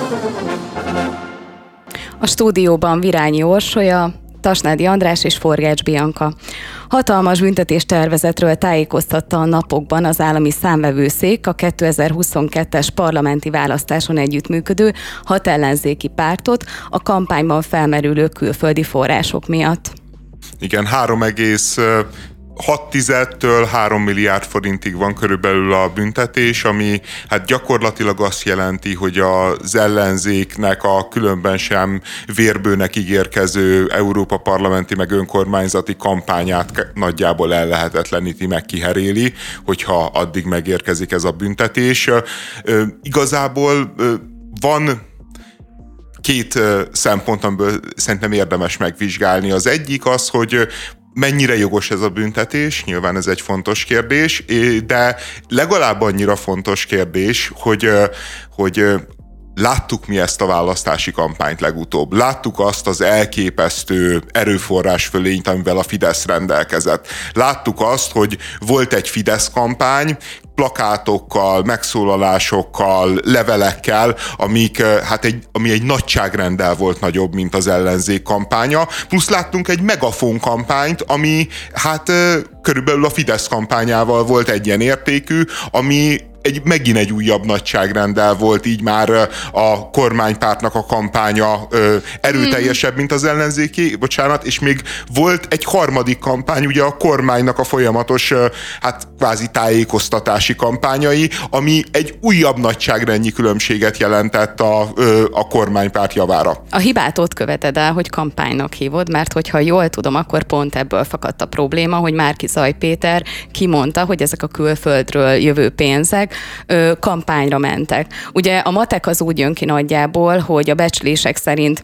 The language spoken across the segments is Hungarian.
A stúdióban Virányi Orsolya, Tasnádi András és Forgács Bianka. Hatalmas büntetéstervezetről tájékoztatta a napokban az állami számvevőszék a 2022-es parlamenti választáson együttműködő 6 ellenzéki pártot a kampányban felmerülő külföldi források miatt. Igen, 3,6-től 3 milliárd forintig van körülbelül a büntetés, ami hát gyakorlatilag azt jelenti, hogy az ellenzéknek a különben sem vérbőnek ígérkező Európa parlamenti meg önkormányzati kampányát nagyjából ellehetetleníti, meg kiheréli, hogyha addig megérkezik ez a büntetés. Igazából van két szempont, amiből szerintem érdemes megvizsgálni. Az egyik az, hogy mennyire jogos ez a büntetés, nyilván ez egy fontos kérdés, de legalább annyira fontos kérdés, hogy láttuk mi ezt a választási kampányt legutóbb. Láttuk azt az elképesztő erőforrásfölényt, amivel a Fidesz rendelkezett. Láttuk azt, hogy volt egy Fidesz kampány, plakátokkal, megszólalásokkal, levelekkel, ami egy nagyságrenddel volt nagyobb, mint az ellenzék kampánya. Plusz láttunk egy megafon kampányt, ami körülbelül a Fidesz kampányával volt egyenértékű, ami megint egy újabb nagyságrenddel volt, így már a kormánypártnak a kampánya erőteljesebb, mint az ellenzéki, és még volt egy harmadik kampány, ugye a kormánynak a folyamatos, kvázi tájékoztatási kampányai, ami egy újabb nagyságrendnyi különbséget jelentett a kormánypárt javára. A hibát ott követed el, hogy kampánynak hívod, mert hogyha jól tudom, akkor pont ebből fakadt a probléma, hogy Márki-Zay Péter kimondta, hogy ezek a külföldről jövő pénzek kampányra mentek. Ugye a matek az úgy jön ki nagyjából, hogy a becslések szerint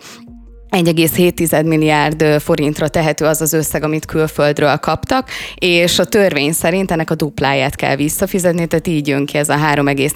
1,7 milliárd forintra tehető az az összeg, amit külföldről kaptak, és a törvény szerint ennek a dupláját kell visszafizetni, tehát így jön ki ez a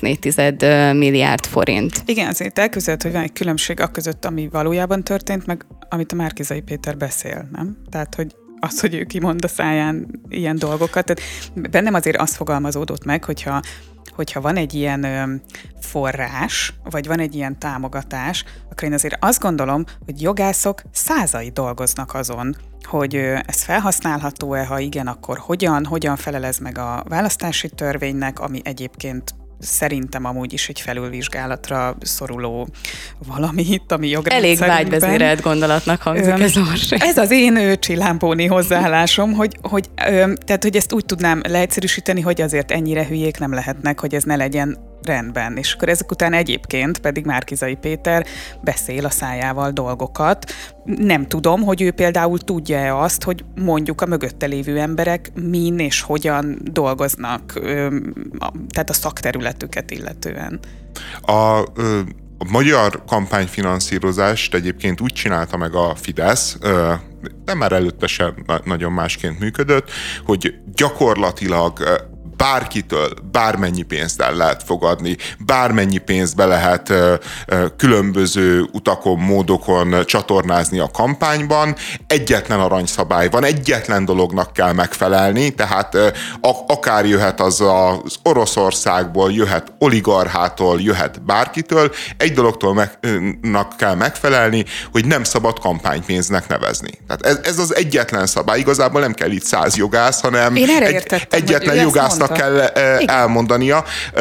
3,4 milliárd forint. Igen, azért elképzelhető, hogy van egy különbség akközött, ami valójában történt, meg amit a Márki-Zay Péter beszél, nem? Tehát, hogy az, hogy ő kimond a száján ilyen dolgokat. Tehát bennem azért azt fogalmazódott meg, hogyha van egy ilyen forrás, vagy van egy ilyen támogatás, akkor én azért azt gondolom, hogy jogászok százai dolgoznak azon, hogy ez felhasználható-e, ha igen, akkor hogyan felel ez meg a választási törvénynek, ami egyébként szerintem amúgy is egy felülvizsgálatra szoruló valamit, ami jogrendszerünkben. Elég vágyvezérelt gondolatnak hangzik ez most. Ez az én csillámpóni hozzáállásom, hogy ezt úgy tudnám leegyszerűsíteni, hogy azért ennyire hülyék nem lehetnek, hogy ez ne legyen rendben. És akkor ezek után egyébként pedig Márki-Zay Péter beszél a szájával dolgokat. Nem tudom, hogy ő például tudja-e azt, hogy mondjuk a mögötte lévő emberek min és hogyan dolgoznak, tehát a szakterületüket illetően. A magyar kampányfinanszírozást egyébként úgy csinálta meg a Fidesz, de már előtte sem nagyon másként működött, hogy gyakorlatilag bárkitől bármennyi pénzt el lehet fogadni, bármennyi pénzt be lehet különböző utakon, módokon csatornázni a kampányban. Egyetlen aranyszabály van, egyetlen dolognak kell megfelelni, tehát akár jöhet az Oroszországból, jöhet oligarchától, jöhet bárkitől, egy dologtól kell megfelelni, hogy nem szabad kampánypénznek nevezni. Tehát ez az egyetlen szabály, igazából nem kell itt 100 jogász, hanem egyetlen jogásznak kell elmondania,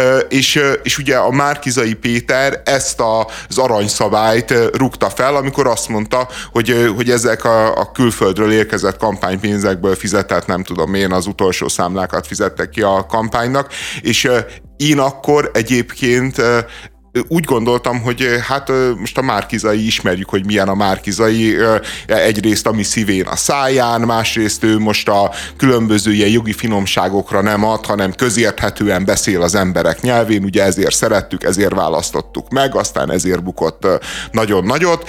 és ugye a Márki-Zay Péter ezt az aranyszabályt rúgta fel, amikor azt mondta, hogy ezek a külföldről érkezett kampánypénzekből fizetett, nem tudom én, az utolsó számlákat fizettek ki a kampánynak, és én akkor egyébként úgy gondoltam, hogy most a Márki-Zay, ismerjük, hogy milyen a Márki-Zay, egyrészt a mi szívén a száján, másrészt ő most a különböző ilyen jogi finomságokra nem ad, hanem közérthetően beszél az emberek nyelvén, ugye ezért szerettük, ezért választottuk meg, aztán ezért bukott nagyon nagyot,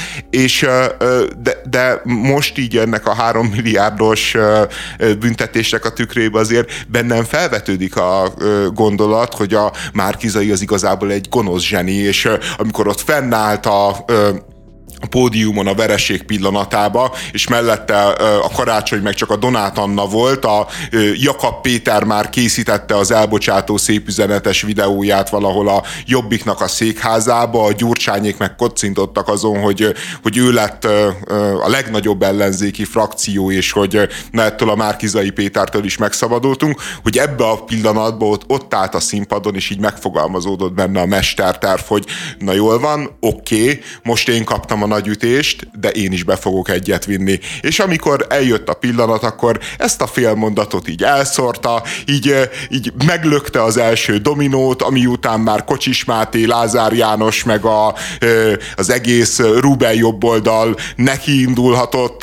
de most így ennek a 3 milliárdos büntetésnek a tükrében azért bennem felvetődik a gondolat, hogy a Márki-Zay az igazából egy gonosz zseni, és amikor ott fennállt a pódiumon a vereség pillanatába, és mellette a Karácsony meg csak a Donát Anna volt, a Jakab Péter már készítette az elbocsátó szépüzenetes videóját valahol a Jobbiknak a székházába, a Gyurcsányék meg kocintottak azon, hogy ő lett a legnagyobb ellenzéki frakció, és hogy ettől a Márki-Zay Pétertől is megszabadultunk, hogy ebbe a pillanatban ott állt a színpadon, és így megfogalmazódott benne a mesterterv, hogy na jól van, oké, most én kaptam a nagy ütést, de én is be fogok egyet vinni. És amikor eljött a pillanat, akkor ezt a félmondatot így elszórta, így meglökte az első dominót, ami után már Kocsis Máté, Lázár János, meg az egész Ruben jobboldal neki indulhatott,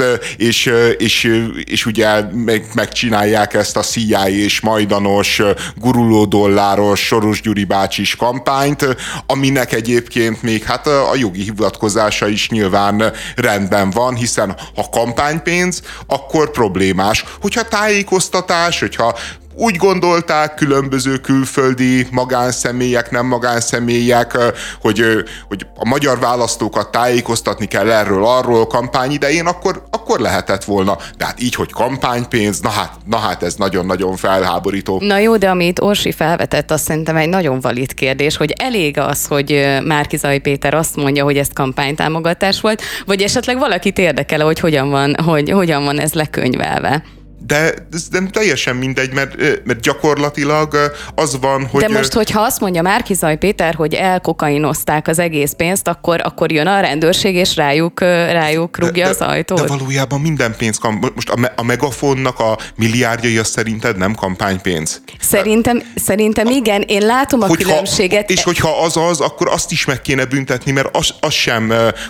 és ugye megcsinálják ezt a CIA és majdanos, guruló dolláros Soros Gyuri bácsis kampányt, aminek egyébként még hát a jogi hivatkozása is nyilván rendben van, hiszen ha kampánypénz, akkor problémás. Hogyha tájékoztatás, hogyha úgy gondolták különböző külföldi magánszemélyek, nem magánszemélyek, hogy a magyar választókat tájékoztatni kell arról kampány idején, akkor lehetett volna. De hát így, hogy kampánypénz, na hát ez nagyon-nagyon felháborító. Na jó, de amit Orsi felvetett, azt szerintem egy nagyon valid kérdés, hogy elég az, hogy Márki-Zay Péter azt mondja, hogy ez kampánytámogatás volt, vagy esetleg valakit érdekel, hogy hogyan van ez lekönyvelve. De nem teljesen mindegy, mert gyakorlatilag az van, hogy... De most, hogyha azt mondja Márki-Zay Péter, hogy elkokainozták az egész pénzt, akkor jön a rendőrség, és rájuk rúgja az ajtót. De valójában minden pénz... Most a Megafonnak a milliárdjai, az szerinted nem kampánypénz? Szerintem igen, én látom a különbséget. És hogyha az, akkor azt is meg kéne büntetni, mert az sem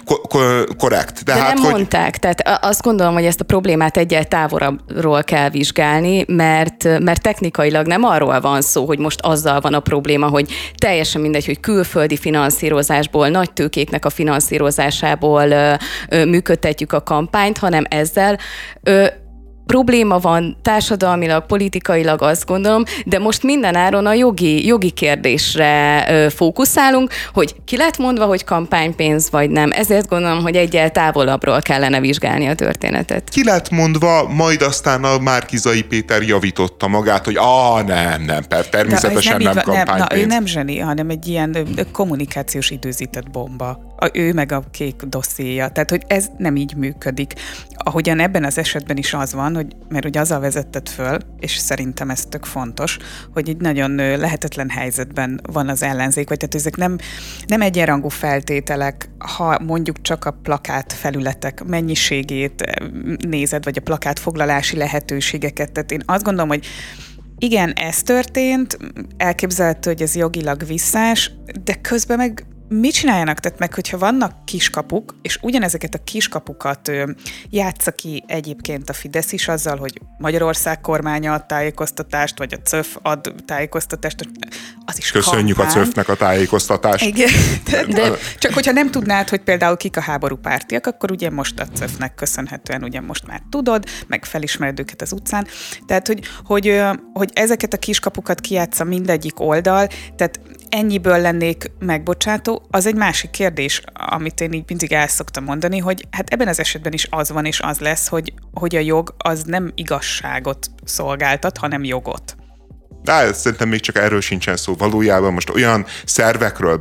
korrekt. De nem mondták. Tehát azt gondolom, hogy ezt a problémát egyel távolabbról kell vizsgálni, mert technikailag nem arról van szó, hogy most azzal van a probléma, hogy teljesen mindegy, hogy külföldi finanszírozásból, nagy tőkéknek a finanszírozásából működtetjük a kampányt, hanem ezzel probléma van társadalmilag, politikailag, azt gondolom, de most mindenáron a jogi kérdésre fókuszálunk, hogy ki lett mondva, hogy kampánypénz vagy nem. Ezért gondolom, hogy egyel távolabbról kellene vizsgálni a történetet. Ki lett mondva, majd aztán a Márki-Zay Péter javította magát, hogy nem, természetesen nem kampánypénz. Ő nem zseni, hanem egy ilyen kommunikációs időzített bomba. Ő meg a kék dossziéja. Tehát, hogy ez nem így működik. Ahogyan ebben az esetben is az van, mert ugye azzal vezetted föl, és szerintem ez tök fontos, hogy egy nagyon lehetetlen helyzetben van az ellenzék, vagy tehát ezek nem egyenrangú feltételek, ha mondjuk csak a plakát felületek mennyiségét nézed, vagy a plakát foglalási lehetőségeket. Tehát én azt gondolom, hogy igen, ez történt, elképzelhető, hogy ez jogilag visszás, de közben meg mit csináljanak? Tehát meg, hogyha vannak kiskapuk, és ugyanezeket a kiskapukat játsza ki egyébként a Fidesz is azzal, hogy Magyarország kormánya ad tájékoztatást, vagy a CÖF ad tájékoztatást, az is köszönjük kampány. A CÖF-nek a tájékoztatást. Igen. De csak hogyha nem tudnád, hogy például kik a háborúpártiak, akkor ugye most a CÖF-nek köszönhetően ugye most már tudod, meg felismered őket az utcán. Tehát, hogy ezeket a kiskapukat kijátsza mindegyik oldal, tehát ennyiből lennék megbocsátó, az egy másik kérdés, amit én így mindig el szoktam mondani, hogy hát ebben az esetben is az van és az lesz, hogy a jog az nem igazságot szolgáltat, hanem jogot. De szerintem még csak erről sincsen szó. Valójában most olyan szervekről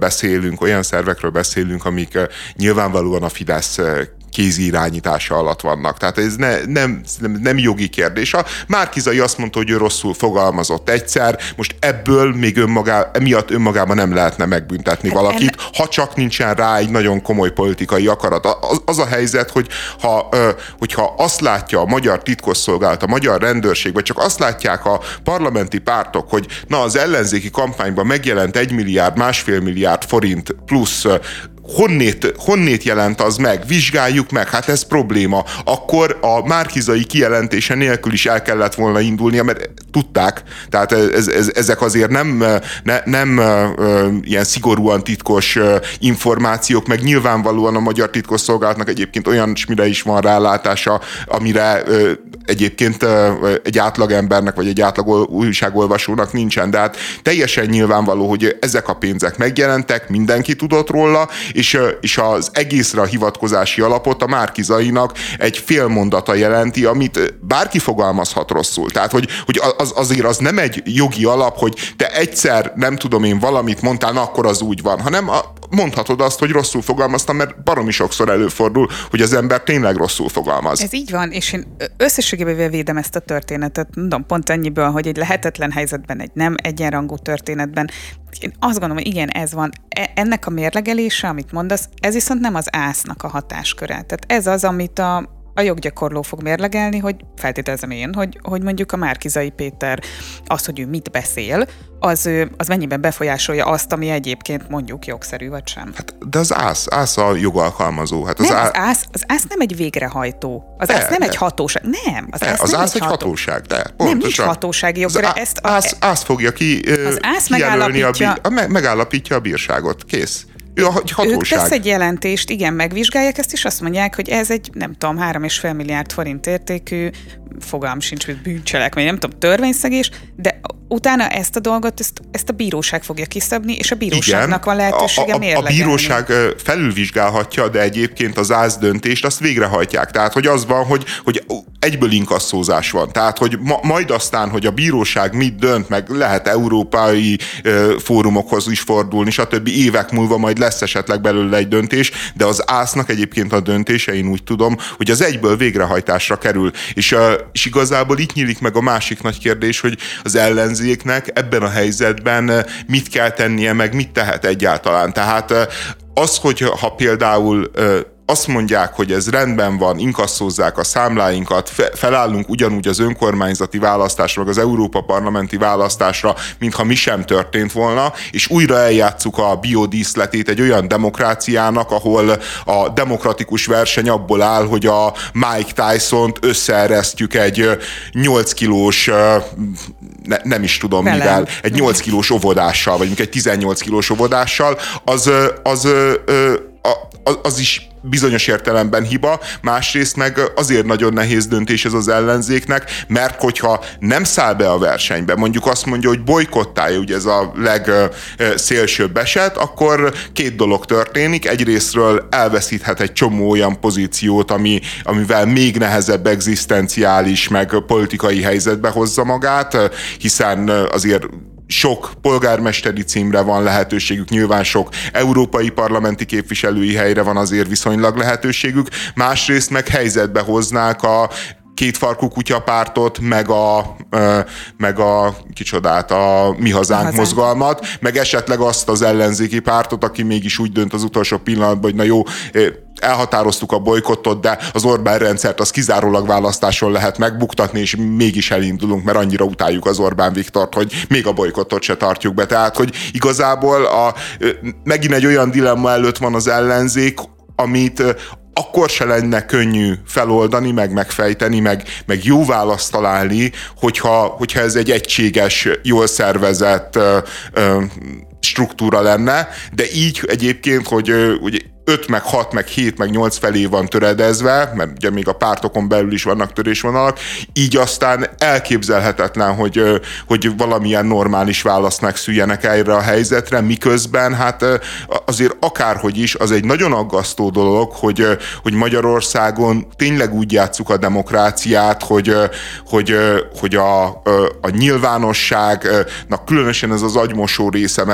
beszélünk, amik nyilvánvalóan a Fidesz kézi irányítása alatt vannak. Tehát ez nem jogi kérdés. A Márki-Zay azt mondta, hogy ő rosszul fogalmazott egyszer, most ebből még emiatt önmagában nem lehetne megbüntetni valakit, ha csak nincsen rá egy nagyon komoly politikai akarat. Az a helyzet, hogyha azt látja a magyar titkosszolgálat, a magyar rendőrség, vagy csak azt látják a parlamenti pártok, hogy na az ellenzéki kampányban megjelent 1 milliárd, 1,5 milliárd forint plusz honnét jelent az meg? Vizsgáljuk meg, hát ez probléma. Akkor a Márki-Zay kijelentése nélkül is el kellett volna indulnia, mert tudták, tehát ezek azért nem ilyen szigorúan titkos információk, meg nyilvánvalóan a magyar titkosszolgálatnak egyébként olyan mire is van rálátása, amire egyébként egy átlagembernek, vagy egy átlag újságolvasónak nincsen, de hát teljesen nyilvánvaló, hogy ezek a pénzek megjelentek, mindenki tudott róla, és az egészre a hivatkozási alapot a Márki-Zainak egy félmondata jelenti, amit bárki fogalmazhat rosszul. Tehát, hogy azért az nem egy jogi alap, hogy te egyszer, nem tudom én, valamit mondtál, akkor az úgy van, hanem mondhatod azt, hogy rosszul fogalmaztam, mert baromi sokszor előfordul, hogy az ember tényleg rosszul fogalmaz. Ez így van, és én összességében védem ezt a történetet, mondom, pont ennyiből, hogy egy lehetetlen helyzetben, egy nem egyenrangú történetben. Én azt gondolom, hogy igen, ez van. Ennek a mérlegelése, amit mondasz, ez viszont nem az ÁSZ-nak a hatásköre. Tehát ez az, amit a joggyakorló fog mérlegelni, hogy feltételezem én, hogy mondjuk a Márki-Zai Péter az, hogy ő mit beszél, az mennyiben befolyásolja azt, ami egyébként mondjuk jogszerű, vagy sem. Hát, de az ÁSZ a jogalkalmazó. Hát az ÁSZ nem egy végrehajtó. Az ÁSZ nem egy hatóság. Nem. Az ÁSZ egy hatóság, de pontosan. Nem, nincs hatósági jogköre. Az ÁSZ fogja megállapítja a bírságot. Kész. Ők tesz egy jelentést, igen, megvizsgálják ezt, és azt mondják, hogy ez egy, nem tudom, 3,5 milliárd forint értékű, fogalm sincs, hogy bűncselekmény, nem tudom, törvényszegés, de utána ezt a dolgot, ezt a bíróság fogja kiszabni, és a bíróságnak van lehetősége mérlegelni. A bíróság felülvizsgálhatja, de egyébként az ÁSZ döntést azt végrehajtják. Tehát, hogy az van, hogy egyből inkasszózás van. Tehát, hogy majd aztán, hogy a bíróság mit dönt, meg lehet európai fórumokhoz is fordulni, stb. Évek múlva majd lesz esetleg belőle egy döntés, de az ÁSZ-nak egyébként a döntése, én úgy tudom, hogy az egyből végrehajtásra kerül. És igazából itt nyílik meg a másik nagy kérdés, hogy az ellenzéknek ebben a helyzetben mit kell tennie, meg mit tehet egyáltalán. Tehát az, hogy ha például azt mondják, hogy ez rendben van, inkasszózzák a számláinkat, felállunk ugyanúgy az önkormányzati választásra, meg az Európa parlamenti választásra, mintha mi sem történt volna, és újra eljátsszuk a biodíszletét egy olyan demokráciának, ahol a demokratikus verseny abból áll, hogy a Mike Tyson-t összeeresztjük egy 8 kilós, nem is tudom mivel, egy 8 kilós óvodással, vagy egy 18 kilós óvodással, az is bizonyos értelemben hiba, másrészt meg azért nagyon nehéz döntés ez az ellenzéknek, mert hogyha nem száll be a versenybe, mondjuk azt mondja, hogy bojkottálja, ugye ez a legszélsőbb eset, akkor két dolog történik. Egyrésztről elveszíthet egy csomó olyan pozíciót, amivel még nehezebb egzisztenciális, meg politikai helyzetbe hozza magát, hiszen azért sok polgármesteri címre van lehetőségük, nyilván sok európai parlamenti képviselői helyre van azért viszonylag lehetőségük, másrészt meg helyzetbe hoznák a kétfarkú kutyapártot, meg a kicsodát, a Mi Hazánk mozgalmat, meg esetleg azt az ellenzéki pártot, aki mégis úgy dönt az utolsó pillanatban, hogy na jó, elhatároztuk a bolykottot, de az Orbán rendszert az kizárólag választáson lehet megbuktatni, és mégis elindulunk, mert annyira utáljuk az Orbán Viktort, hogy még a bolykottot se tartjuk be. Tehát, hogy igazából megint egy olyan dilemma előtt van az ellenzék, amit akkor se lenne könnyű feloldani, meg megfejteni, meg jó választ találni, hogyha ez egy egységes, jól szervezett struktúra lenne, de így egyébként, hogy 5, meg 6, meg 7, meg 8 felé van töredezve, mert ugye még a pártokon belül is vannak törésvonalak, így aztán elképzelhetetlen, hogy valamilyen normális választ megszüljenek erre a helyzetre, miközben hát azért akárhogy is, az egy nagyon aggasztó dolog, hogy Magyarországon tényleg úgy játsszuk a demokráciát, hogy a nyilvánosságnak különösen ez az agymosó része,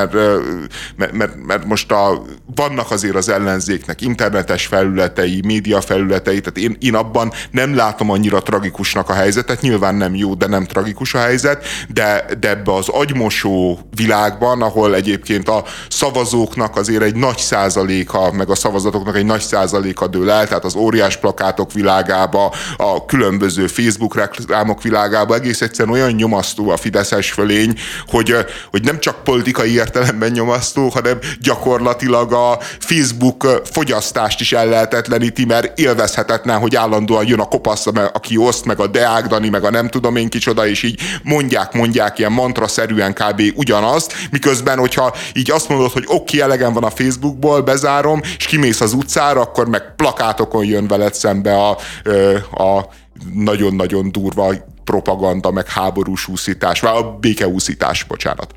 mert most vannak azért az ellenzéknek internetes felületei, média felületei, tehát én abban nem látom annyira tragikusnak a helyzetet, nyilván nem jó, de nem tragikus a helyzet, de ebbe az agymosó világban, ahol egyébként a szavazóknak azért egy nagy százaléka, meg a szavazatoknak egy nagy százaléka dől el, tehát az óriás plakátok világába, a különböző Facebook reklámok világába egész egyszerűen olyan nyomasztó a fideszes fölény, hogy nem csak politikai értelemben nyomasztó, hanem gyakorlatilag a Facebook fogyasztást is ellehetetleníti, mert élvezhetetlen, hogy állandóan jön a kopasz, aki oszt, meg a Deák Dani, meg a nem tudom én kicsoda, és így mondják ilyen mantraszerűen kb. Ugyanazt, miközben, hogyha így azt mondod, hogy oké, elegem van a Facebookból, bezárom, és kimész az utcára, akkor meg plakátokon jön veled szembe a nagyon-nagyon durva propaganda, meg háborús úszítás, vagy a békeúszítás, bocsánat.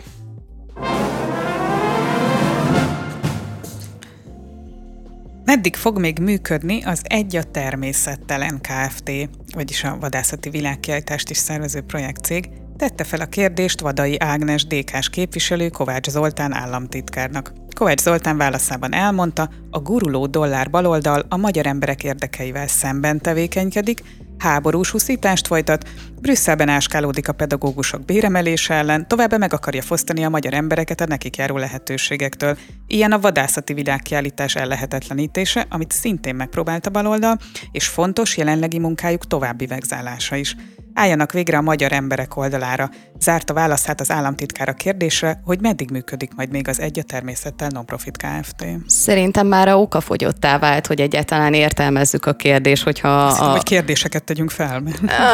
Meddig fog még működni az Egy a természettelen Kft., vagyis a vadászati világkiállítást is szervező projektcég, tette fel a kérdést Vadai Ágnes DK-s képviselő Kovács Zoltán államtitkárnak. Kovács Zoltán válaszában elmondta, a guruló dollár baloldal a magyar emberek érdekeivel szemben tevékenykedik, háborús uszítást folytat, Brüsszelben áskálódik a pedagógusok béremelése ellen, továbbá meg akarja fosztani a magyar embereket a nekik járó lehetőségektől. Ilyen a vadászati világkiállítás ellehetetlenítése, amit szintén megpróbált a baloldal, és fontos jelenlegi munkájuk további vegzálása is. Álljanak végre a magyar emberek oldalára. Zárta válaszát az államtitkár a kérdésre, hogy meddig működik majd még az Egy a természettel non-profit Kft. Szerintem már a okafogyottá vált, hogy egyáltalán értelmezzük a kérdést, hogyha... hogy kérdéseket tegyünk fel.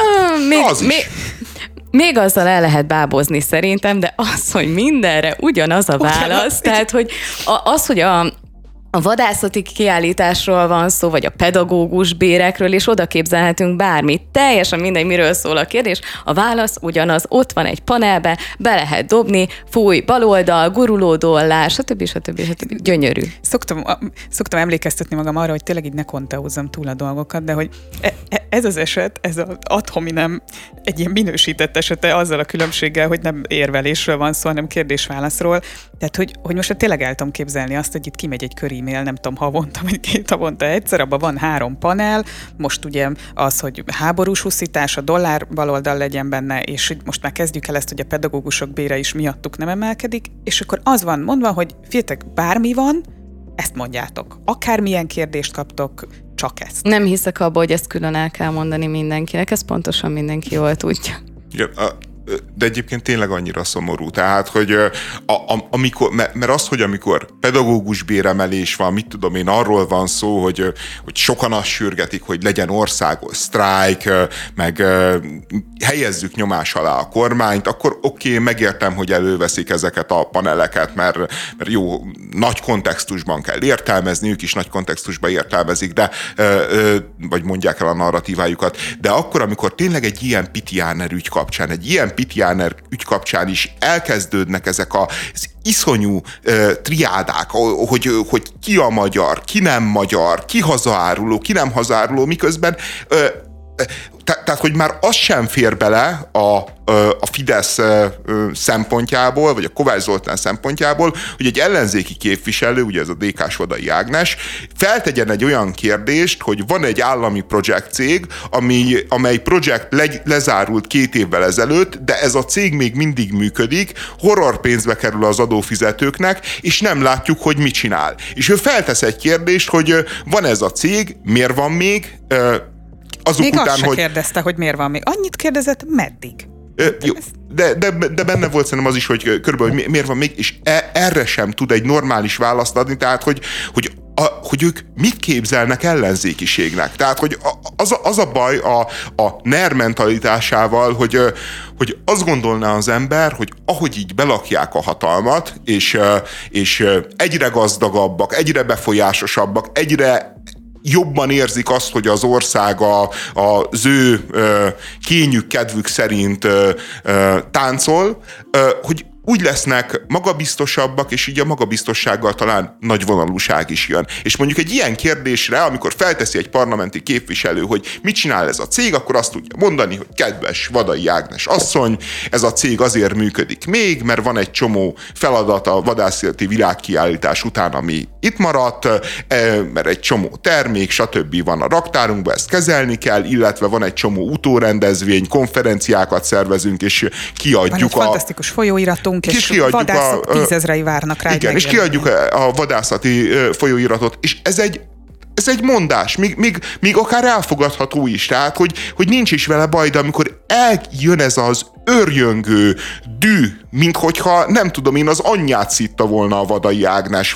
Még azzal el lehet bábozni szerintem, de az, hogy mindenre ugyanaz a válasz, tehát hogy az, hogy a vadászati kiállításról van szó, vagy a pedagógus bérekről, és oda képzelhetünk bármit. Teljesen mindegy, miről szól a kérdés. A válasz ugyanaz, ott van egy panelbe, be lehet dobni, fúj, baloldal, guruló dollár, stb. Gyönyörű. Szoktam emlékeztetni magam arra, hogy tényleg így ne konteózzam túl a dolgokat, de hogy ez az eset, ez az ad hominem egy ilyen minősített esete azzal a különbséggel, hogy nem érvelésről van szó, hanem kérdés-válaszról. Tehát, hogy most tényleg el tudom képzelni azt, hogy itt kimegy egy körímél, nem tudom, havonta vagy 2 havonta egyszer, abban van 3 panel, most ugye az, hogy háborús uszítás, a dollár baloldal legyen benne, és most már kezdjük el ezt, hogy a pedagógusok bére is miattuk nem emelkedik, és akkor az van mondva, hogy figyeljetek, bármi van, ezt mondjátok. Akármilyen kérdést kaptok, csak ezt. Nem hiszek abba, hogy ezt külön el kell mondani mindenkinek, ezt pontosan mindenki jól tudja. Ja, de egyébként tényleg annyira szomorú. Tehát, hogy amikor, mert az, hogy amikor pedagógus béremelés van, mit tudom én, arról van szó, hogy sokan azt sürgetik, hogy legyen országos sztrájk, meg helyezzük nyomás alá a kormányt, akkor oké, megértem, hogy előveszik ezeket a paneleket, mert jó, nagy kontextusban kell értelmezni, ők is nagy kontextusban értelmezik, de vagy mondják el a narratívájukat, de akkor, amikor tényleg egy ilyen Pitiáner ügy kapcsán, egy ilyen Pitiáner ügy kapcsán is elkezdődnek ezek az iszonyú triádák, hogy ki a magyar, ki nem magyar, ki hazaáruló, ki nem hazaáruló, miközben tehát, hogy már az sem fér bele a Fidesz szempontjából, vagy a Kovács Zoltán szempontjából, hogy egy ellenzéki képviselő, ugye ez a DK-s Vadai Ágnes, feltegyen egy olyan kérdést, hogy van egy állami projektcég, amely projekt lezárult 2 évvel ezelőtt, de ez a cég még mindig működik, horror pénzbe kerül az adófizetőknek, és nem látjuk, hogy mit csinál. És ő feltesz egy kérdést, hogy van ez a cég, miért van még, még után, azt se kérdezte, hogy miért van még. Annyit kérdezett, meddig? Jó, de benne volt szerintem az is, hogy körülbelül miért van még, és erre sem tud egy normális választ adni, tehát hogy ők mit képzelnek ellenzékiségnek. Tehát, hogy az a baj a NER mentalitásával, hogy azt gondolná az ember, hogy ahogy így belakják a hatalmat, és egyre gazdagabbak, egyre befolyásosabbak, egyre jobban érzik azt, hogy az ország az ő kényük, kedvük szerint táncol, hogy úgy lesznek magabiztosabbak, és így a magabiztossággal talán nagy vonalúság is jön. És mondjuk egy ilyen kérdésre, amikor felteszi egy parlamenti képviselő, hogy mit csinál ez a cég, akkor azt tudja mondani, hogy kedves Vadai Ágnes asszony, ez a cég azért működik még, mert van egy csomó feladat a vadászati világkiállítás után, ami itt maradt, mert egy csomó termék, stb. Van a raktárunkban, ezt kezelni kell, illetve van egy csomó utórendezvény, konferenciákat szervezünk, és kiadjuk van egy fantasztikus folyóiratunk, és vadászok 10 000-ei várnak rá. Igen, és kiadjuk a vadászati folyóiratot, és ez egy mondás, még akár elfogadható is, tehát, hogy nincs is vele baj, de amikor eljön ez az örjöngő dű, minthogyha, nem tudom én, az anyját szitta volna a Vadai Ágnes,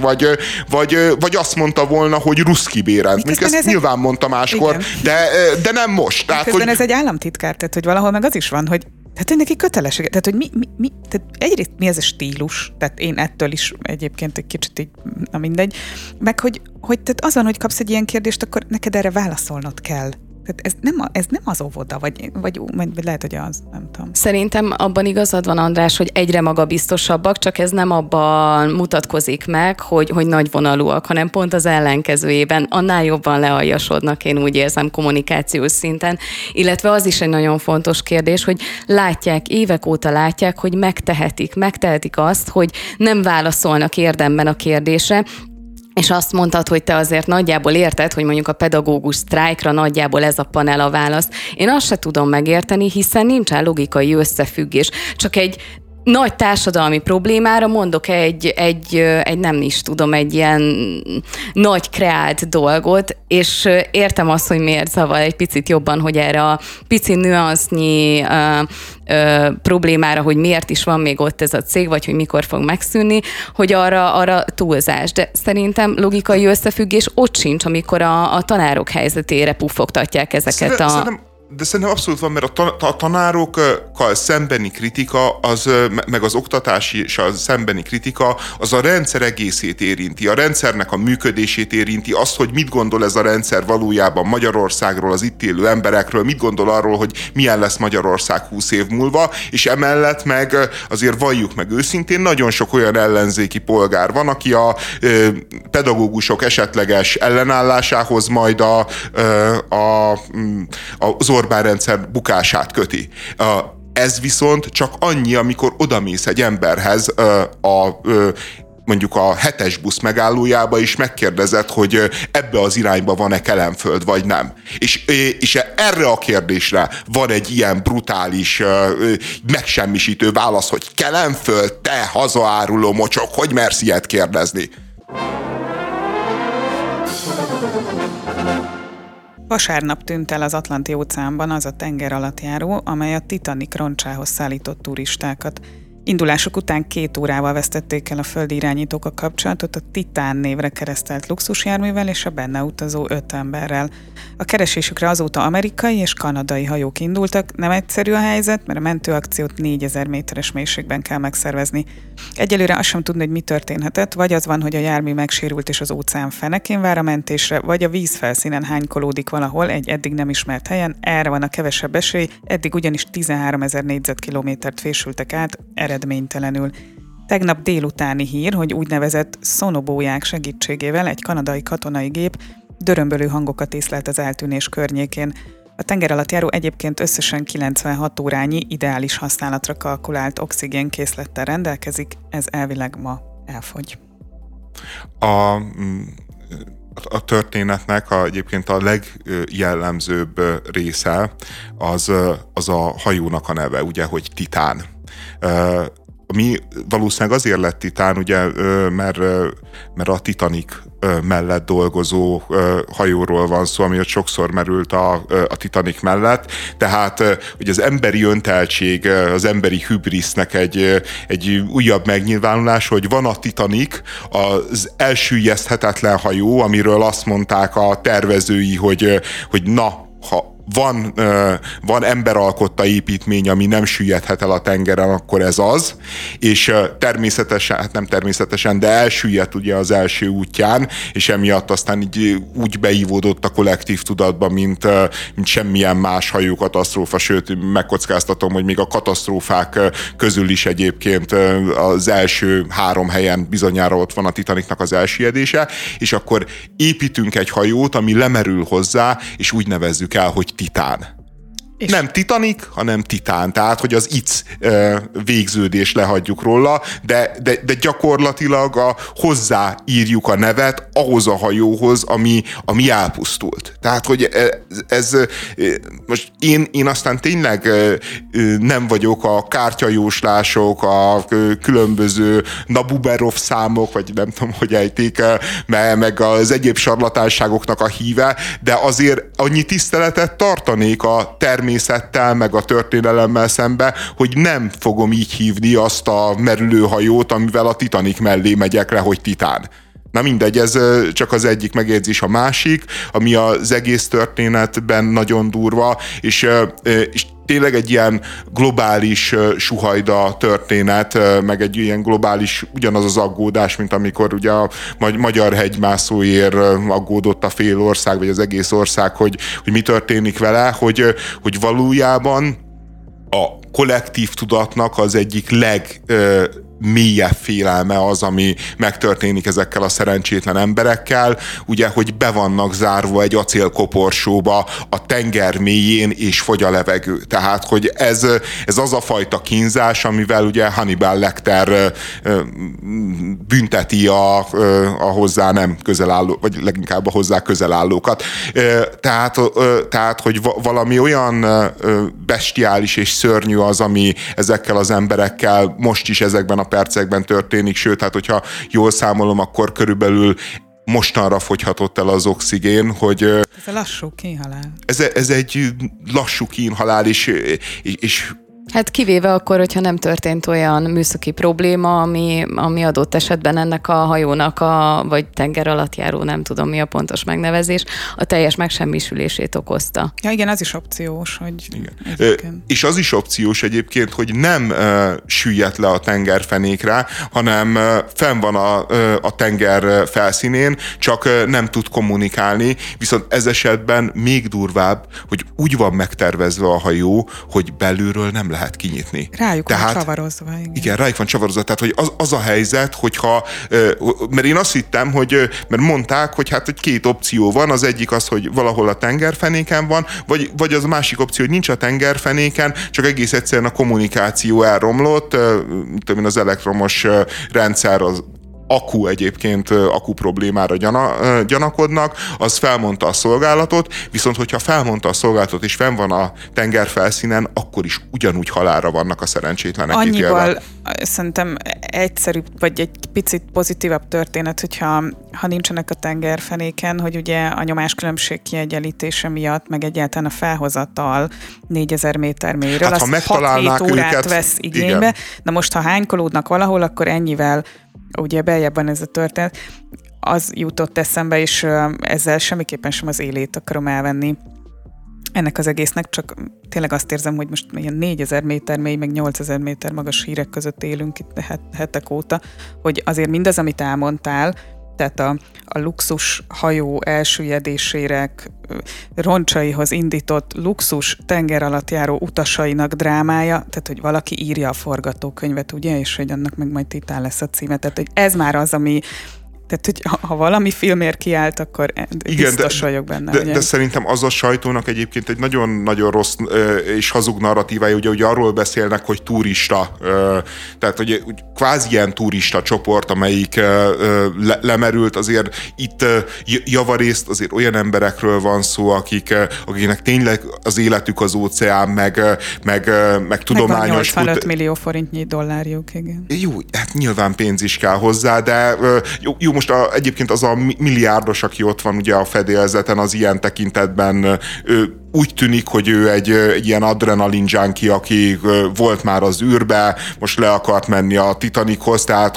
vagy azt mondta volna, hogy Ruszki Bérend. Még ezt nyilván mondta máskor, de nem most. Tehát, hogy ez egy államtitkár, tehát hogy valahol meg az is van, hogy tehát neki kötelessége, tehát hogy tehát egyrészt mi ez a stílus, tehát én ettől is egyébként egy kicsit így, na mindegy, meg hogy tehát azon, hogy kapsz egy ilyen kérdést, akkor neked erre válaszolnod kell. Tehát ez nem az óvoda, vagy lehet, hogy az, nem tudom. Szerintem abban igazad van, András, hogy egyre magabiztosabbak, csak ez nem abban mutatkozik meg, hogy nagyvonalúak, hanem pont az ellenkezőjében. Annál jobban lealjasodnak, én úgy érzem, kommunikációs szinten. Illetve az is egy nagyon fontos kérdés, hogy évek óta látják, hogy megtehetik azt, hogy nem válaszolnak érdemben a kérdésre, és azt mondtad, hogy te azért nagyjából érted, hogy mondjuk a pedagógus sztrájkra nagyjából ez a panel a válasz. Én azt se tudom megérteni, hiszen nincsen logikai összefüggés. Csak egy nagy társadalmi problémára mondok egy nem is tudom, egy ilyen nagy kreált dolgot, és értem azt, hogy miért zavar egy picit jobban, hogy erre a pici nüansznyi problémára, hogy miért is van még ott ez a cég, vagy hogy mikor fog megszűnni, hogy arra túlzás. De szerintem logikai összefüggés ott sincs, amikor a tanárok helyzetére puffogtatják ezeket De szerintem abszolút van, mert a tanárokkal szembeni kritika, meg az oktatási és a szembeni kritika, az a rendszer egészét érinti, a rendszernek a működését érinti, azt, hogy mit gondol ez a rendszer valójában Magyarországról, az itt élő emberekről, mit gondol arról, hogy milyen lesz Magyarország 20 év múlva, és emellett meg azért valljuk meg őszintén, nagyon sok olyan ellenzéki polgár van, aki a pedagógusok esetleges ellenállásához majd az Orbán rendszer bukását köti. Ez viszont csak annyi, amikor odamész egy emberhez mondjuk a 7-es busz megállójába is megkérdezed, hogy ebbe az irányba van-e Kelenföld, vagy nem. És erre a kérdésre van egy ilyen brutális, megsemmisítő válasz, hogy Kelenföld, te hazaáruló mocsok, hogy mersz ilyet kérdezni? Vasárnap tűnt el az Atlanti-óceánban az a tengeralattjáró, amely a Titanic roncsához szállított turistákat. Indulásuk után 2 órával vesztették el a földi irányítók a kapcsolatot a Titán névre keresztelt luxusjárművel és a benne utazó 5 emberrel. A keresésükre azóta amerikai és kanadai hajók indultak, nem egyszerű a helyzet, mert a mentőakciót 4000 méteres mélységben kell megszervezni. Egyelőre azt sem tudni, hogy mi történhetett, vagy az van, hogy a jármű megsérült és az óceán fenekén vár a mentésre, vagy a vízfelszínen hánykolódik valahol egy eddig nem ismert helyen, erre van a kevesebb esély, eddig ugyanis 13 000 négyzetkilométert fésültek át, eredménytelenül. Tegnap délutáni hír, hogy úgynevezett szonobóják segítségével egy kanadai katonai gép dörömbölő hangokat észlelt az eltűnés környékén. A tengeralattjáró egyébként összesen 96 órányi ideális használatra kalkulált oxigénkészlettel rendelkezik, ez elvileg ma elfogy. A történetnek egyébként a legjellemzőbb része az a hajónak a neve, ugye, hogy Titán. Ami valószínűleg azért lett Titán, ugye, mert a Titanic mellett dolgozó hajóról van szó, ami ott sokszor merült a Titanic mellett. Tehát ugye az emberi önteltség, az emberi hübrisznek egy újabb megnyilvánulás, hogy van a Titanic, az elsüllyeszthetetlen hajó, amiről azt mondták a tervezői, hogy na, ha van emberalkotta építmény, ami nem süllyedhet el a tengeren, akkor ez az, és természetesen, hát nem természetesen, de elsüllyedt ugye az első útján, és emiatt aztán így úgy beívódott a kollektív tudatba, mint semmilyen más hajókatasztrófa, sőt, megkockáztatom, hogy még a katasztrófák közül is egyébként az első 3 helyen bizonyára ott van a Titanicnak az elsüllyedése, és akkor építünk egy hajót, ami lemerül hozzá, és úgy nevezzük el, hogy Titán. És nem Titanic, hanem Titán. Tehát, hogy az IC végződés lehagyjuk róla, de gyakorlatilag hozzáírjuk a nevet ahhoz a hajóhoz, ami elpusztult. Tehát, hogy ez most én aztán tényleg nem vagyok a kártyajóslások, a különböző Nabuberov számok, vagy nem tudom, hogy ejték, meg az egyéb sarlatánságoknak a híve, de azért annyi tiszteletet tartanék a természettel, meg a történelemmel szembe, hogy nem fogom így hívni azt a merülőhajót, amivel a Titanic mellé megyek le, hogy Titán. Na mindegy, ez csak az egyik megjegyzés, a másik, ami az egész történetben nagyon durva, és tényleg egy ilyen globális suhajda történet, meg egy ilyen globális ugyanaz az aggódás, mint amikor ugye a magyar hegymászóért aggódott a fél ország, vagy az egész ország, hogy mi történik vele, hogy valójában a kollektív tudatnak az egyik legmélyebb félelme az, ami megtörténik ezekkel a szerencsétlen emberekkel, ugye, hogy be vannak zárva egy acélkoporsóba a tenger mélyén, és fogy a levegő. Tehát, hogy ez az a fajta kínzás, amivel ugye Hannibal Lecter bünteti a hozzá nem közel álló, vagy leginkább a hozzá közel állókat. Tehát, hogy valami olyan bestiális és szörnyű az, ami ezekkel az emberekkel most is ezekben a percekben történik, sőt, hát hogyha jól számolom, akkor körülbelül mostanra fogyhatott el az oxigén, hogy... Ez a lassú kínhalál. Ez egy lassú kínhalál, és Hát kivéve akkor, hogyha nem történt olyan műszaki probléma, ami adott esetben ennek a hajónak, vagy tenger alatt járó, nem tudom mi a pontos megnevezés, a teljes megsemmisülését okozta. Ja igen, az is opciós, hogy... És az is opciós egyébként, hogy nem süllyedt le a tengerfenékre, hanem fenn van a tenger felszínén, csak nem tud kommunikálni, viszont ez esetben még durvább, hogy úgy van megtervezve a hajó, hogy belülről nem lehet kinyitni. Rájuk van csavarozva. Igen, rájuk van csavarozva. Tehát, hogy az a helyzet, hogyha... Mert én azt hittem, mert mondták, hogy hát hogy két opció van. Az egyik az, hogy valahol a tengerfenéken van, vagy az a másik opció, hogy nincs a tengerfenéken, csak egész egyszerűen a kommunikáció elromlott, az elektromos rendszer az akku egyébként, akku problémára gyanakodnak, az felmondta a szolgálatot, viszont hogyha felmondta a szolgálatot és fenn van a tengerfelszínen, akkor is ugyanúgy halálra vannak a szerencsétlenek ítélve. Annyival szerintem egyszerűbb, vagy egy picit pozitívabb történet, hogyha nincsenek a tengerfenéken, hogy ugye a nyomáskülönbség kiegyenlítése miatt, meg egyáltalán a felhozatal 4000 méter mélyről, hát, az 6-7 órát vesz igénybe. Igen. Na most, ha hánykolódnak valahol, akkor ennyivel ugye beljebb van ez a történet, az jutott eszembe, és ezzel semmiképpen sem az élét akarom elvenni ennek az egésznek, csak tényleg azt érzem, hogy most ilyen 4000 méter mély, meg 8000 méter magas hírek között élünk itt hetek óta, hogy azért mindaz, amit elmondtál, tehát a luxus hajó elsüllyedésére roncsaihoz indított luxus tenger alatt járó utasainak drámája, tehát hogy valaki írja a forgatókönyvet, ugye, és hogy annak meg majd titán lesz a címe. Tehát hogy ez már az, ami... Tehát, hogy ha valami filmért kiállt, akkor biztos vagyok benne. De szerintem az a sajtónak egyébként egy nagyon-nagyon rossz és hazug narratívája, ugye arról beszélnek, hogy turista, tehát hogy kvázi ilyen turista csoport, amelyik lemerült, azért itt javarészt azért olyan emberekről van szó, akiknek tényleg az életük az óceán, meg tudományos... Meg 85 millió forintnyi dollárjuk, igen. Jó, hát nyilván pénz is kell hozzá, de jó most egyébként az a milliárdos, aki ott van ugye a fedélzeten, az ilyen tekintetben úgy tűnik, hogy ő egy ilyen adrenalin junkie, aki volt már az űrbe, most le akart menni a Titanichoz, tehát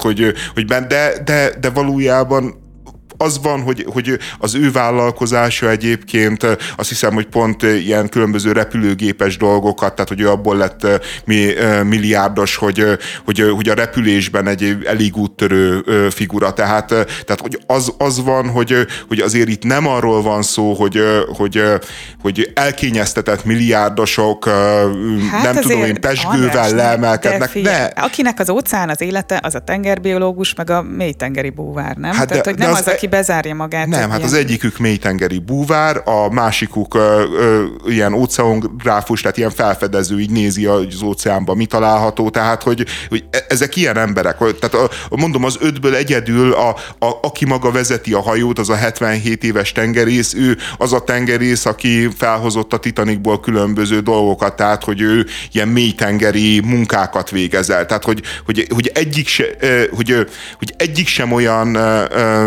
de valójában az van, hogy az ő vállalkozása egyébként azt hiszem, hogy pont ilyen különböző repülőgépes dolgokat, tehát hogy ő abból lett milliárdos, hogy a repülésben egy elég úttörő figura. Tehát hogy az van, hogy azért itt nem arról van szó, hogy elkényeztetett milliárdosok, hát nem tudom én, pezsgővel leemelkednek. De akinek az óceán az élete, az a tengerbiológus, meg a mélytengeri búvár, nem? Hát tehát, hogy nem az, aki bezárja magát. Nem, hát az egyikük mélytengeri búvár, a másikuk ilyen óceanográfus, tehát ilyen felfedező, így nézi az óceánban mi található, tehát hogy ezek ilyen emberek. Tehát mondom, az 5-ből egyedül aki maga vezeti a hajót, az a 77 éves tengerész, ő az a tengerész, aki felhozott a Titanicból különböző dolgokat, tehát hogy ő ilyen mélytengeri munkákat végezel. Tehát hogy egyik sem olyan figura,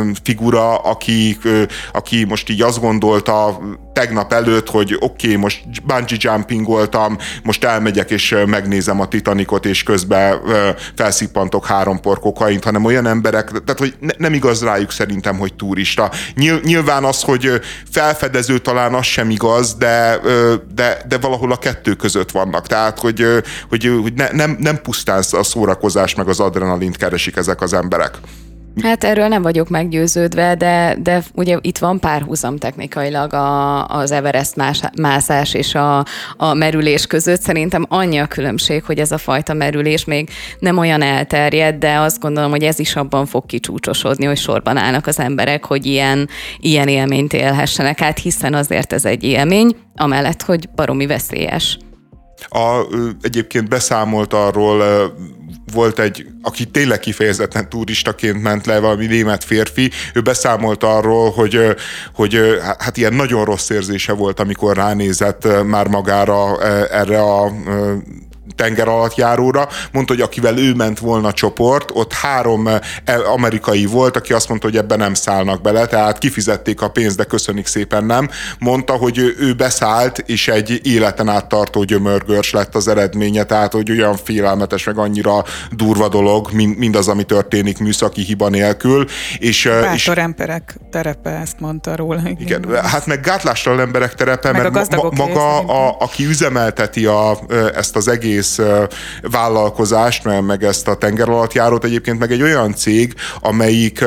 figura, aki most így azt gondolta tegnap előtt, hogy oké, most bungee jumpingoltam, most elmegyek és megnézem a Titanicot, és közben felszippantok 3 por kokaint, hanem olyan emberek, tehát hogy nem igaz rájuk szerintem, hogy turista. Nyilván az, hogy felfedező talán az sem igaz, de valahol a kettő között vannak. Tehát, hogy nem pusztán a szórakozást meg az adrenalint keresik ezek az emberek. Hát erről nem vagyok meggyőződve, de ugye itt van párhuzam technikailag az Everest mászás és a merülés között. Szerintem annyi a különbség, hogy ez a fajta merülés még nem olyan elterjedt, de azt gondolom, hogy ez is abban fog kicsúcsosodni, hogy sorban állnak az emberek, hogy ilyen élményt élhessenek át, hiszen azért ez egy élmény, amellett, hogy baromi veszélyes. Egyébként beszámolt arról, volt egy, aki tényleg kifejezetten turistaként ment le, valami német férfi, ő beszámolt arról, hogy hát ilyen nagyon rossz érzése volt, amikor ránézett már magára erre a tengeralattjáróra. Mondta, hogy akivel ő ment volna csoport, ott 3 amerikai volt, aki azt mondta, hogy ebben nem szállnak bele, tehát kifizették a pénzt, de köszönik szépen nem. Mondta, hogy ő beszállt, és egy életen át tartó gyömörgörs lett az eredménye, tehát hogy olyan félelmetes, meg annyira durva dolog, mindaz, ami történik műszaki hiba nélkül. Bátor emberek terepe, ezt mondta róla. Igen, hát meg gátlástalan emberek terepe, meg mert maga, aki üzemelteti ezt az egész vállalkozást, meg ezt a tengeralattjárót, egyébként meg egy olyan cég, amelyik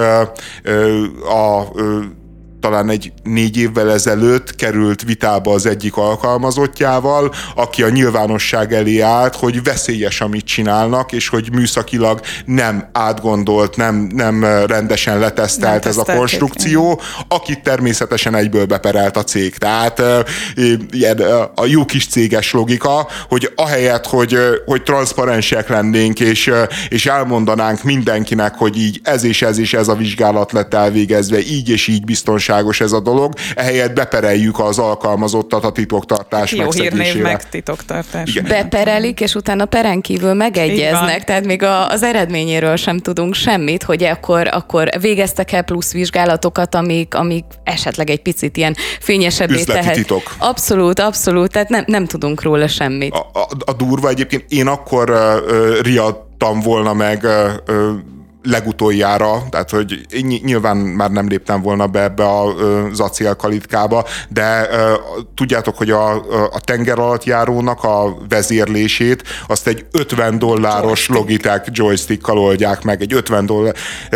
talán 4 évvel ezelőtt került vitába az egyik alkalmazottjával, aki a nyilvánosság elé állt, hogy veszélyes, amit csinálnak, és hogy műszakilag nem átgondolt, nem rendesen letesztelt ez a konstrukció, akit természetesen egyből beperelt a cég. Tehát ilyen a jó kis céges logika, hogy ahelyett, hogy transzparensek lennénk, és elmondanánk mindenkinek, hogy így ez és ez és ez a vizsgálat lett elvégezve, így és így biztonságos ez a dolog, ehelyett bepereljük az alkalmazottat a titoktartás megszegésére. Jó hírnév meg titoktartás. Igen. Beperelik, és utána peren kívül megegyeznek, tehát még az eredményéről sem tudunk semmit, hogy akkor végeztek el plusz vizsgálatokat, amik esetleg egy picit ilyen fényesebbé üzleti tehet. titok. Abszolút, tehát nem tudunk róla semmit. A durva egyébként, én akkor riadtam volna meg legutoljára, tehát hogy nyilván már nem léptem volna be ebbe az acélkalitkába, de tudjátok, hogy a tengeralattjárónak a vezérlését azt egy $50 Logitech joystickkal oldják meg, egy $50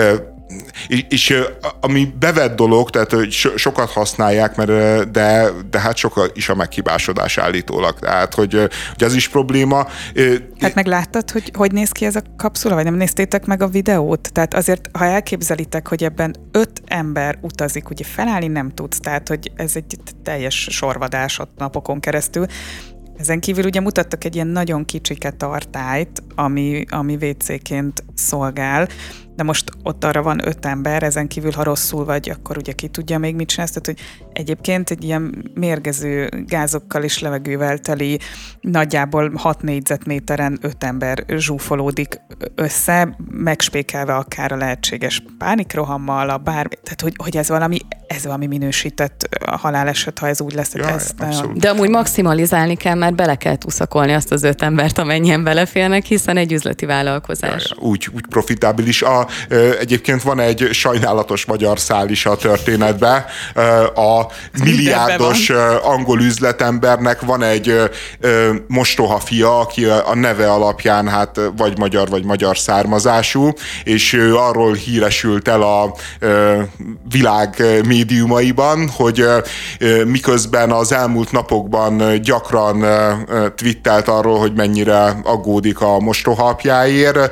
és ami bevett dolog, tehát sokat használják, de hát sokkal is a meghibásodás állítólag. Tehát, hogy ez is probléma. Hát meg láttad, hogy néz ki ez a kapszula, vagy nem néztétek meg a videót? Tehát azért, ha elképzelitek, hogy ebben 5 ember utazik, ugye felállni nem tudsz, tehát, hogy ez egy teljes sorvadás ott napokon keresztül. Ezen kívül ugye mutattak egy ilyen nagyon kicsike tartályt, ami WC-ként szolgál, de most ott arra van 5 ember, ezen kívül, ha rosszul vagy, akkor ugye ki tudja még mit csinálsz, tehát, hogy egyébként egy ilyen mérgező gázokkal és levegővel teli nagyjából 6 négyzetméteren 5 ember zsúfolódik össze, megspékelve akár a lehetséges pánikrohammal, a bármi, tehát hogy ez valami minősített haláleset, ha ez úgy lesz. De amúgy maximalizálni kell, mert bele kell tuszakolni azt az 5 embert, amennyien beleférnek, hiszen egy üzleti vállalkozás. Úgy profitábilis. Egyébként van egy sajnálatos magyar szál is a történetben. A milliárdos angol üzletembernek van egy mostoha fia, aki a neve alapján hát vagy magyar származású, és ő arról híresült el a világ médiumaiban, hogy miközben az elmúlt napokban gyakran twittelt arról, hogy mennyire aggódik a mostoha apjáért,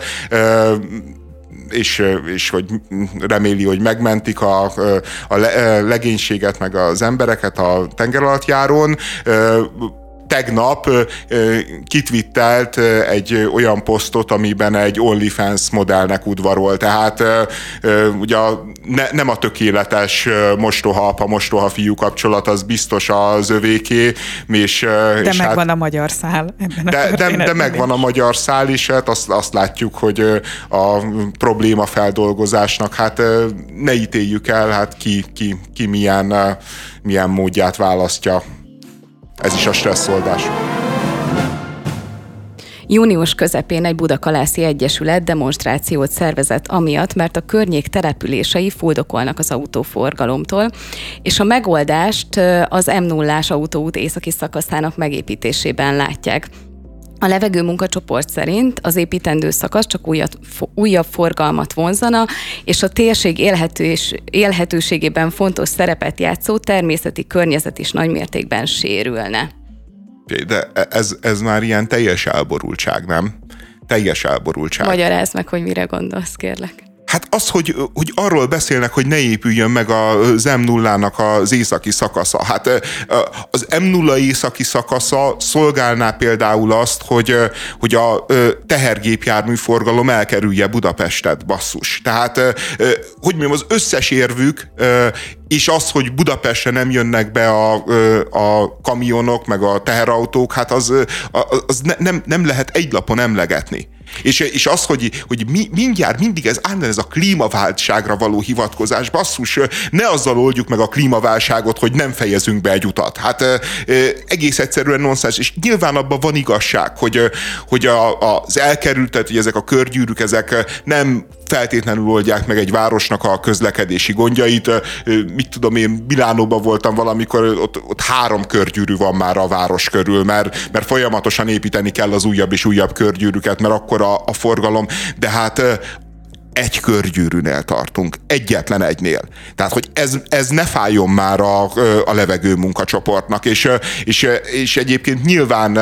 és hogy reméli, hogy megmentik a legénységet, meg az embereket a tengeralattjárón. tegnap kitwittelt egy olyan posztot, amiben egy OnlyFans modellnek udvarol. Tehát ugye nem a tökéletes mostoha-apa, mostoha-fiú kapcsolat, az biztos az övéké. De megvan a magyar szál ebben de megvan a magyar szál is, hát azt látjuk, hogy a probléma feldolgozásnak, hát ne ítéljük el, hát ki milyen módját választja. Ez is a stresszoldás. Június közepén egy budakalászi egyesület demonstrációt szervezett amiatt, mert a környék települései fuldokolnak az autóforgalomtól, és a megoldást az M0-ás autóút északi szakaszának megépítésében látják. A levegő munkacsoport szerint az építendő szakasz csak újabb forgalmat vonzana, és a térség élhetőségében fontos szerepet játszó természeti környezet is nagymértékben sérülne. De ez már ilyen teljes elborultság, nem? Teljes elborultság. Magyarázd meg, hogy mire gondolsz, kérlek. Hát az, hogy arról beszélnek, hogy ne épüljön meg az M0-nak az északi szakasza. Hát az M0 északi szakasza szolgálná például azt, hogy a tehergépjármű forgalom elkerülje Budapestet, basszus. Tehát, hogy mondjam, az összes érvük, és az, hogy Budapestre nem jönnek be a kamionok, meg a teherautók, hát az nem lehet egy lapon emlegetni. És az, hogy mindjárt mindig ez a klímaválságra való hivatkozás, basszus, ne azzal oldjuk meg a klímaválságot, hogy nem fejezünk be egy utat. Hát egész egyszerűen nonsens, és nyilván abban van igazság, hogy az elkerültet, hogy ezek a körgyűrűk, ezek nem feltétlenül oldják meg egy városnak a közlekedési gondjait. Mit tudom én, Milánóban voltam valamikor, ott 3 körgyűrű van már a város körül, mert folyamatosan építeni kell az újabb és újabb körgyűrűket, mert akkor a forgalom, de hát egy körgyűrűnél tartunk, egyetlen egynél. Tehát, hogy ez ne fájjon már a levegő munkacsoportnak, és egyébként nyilván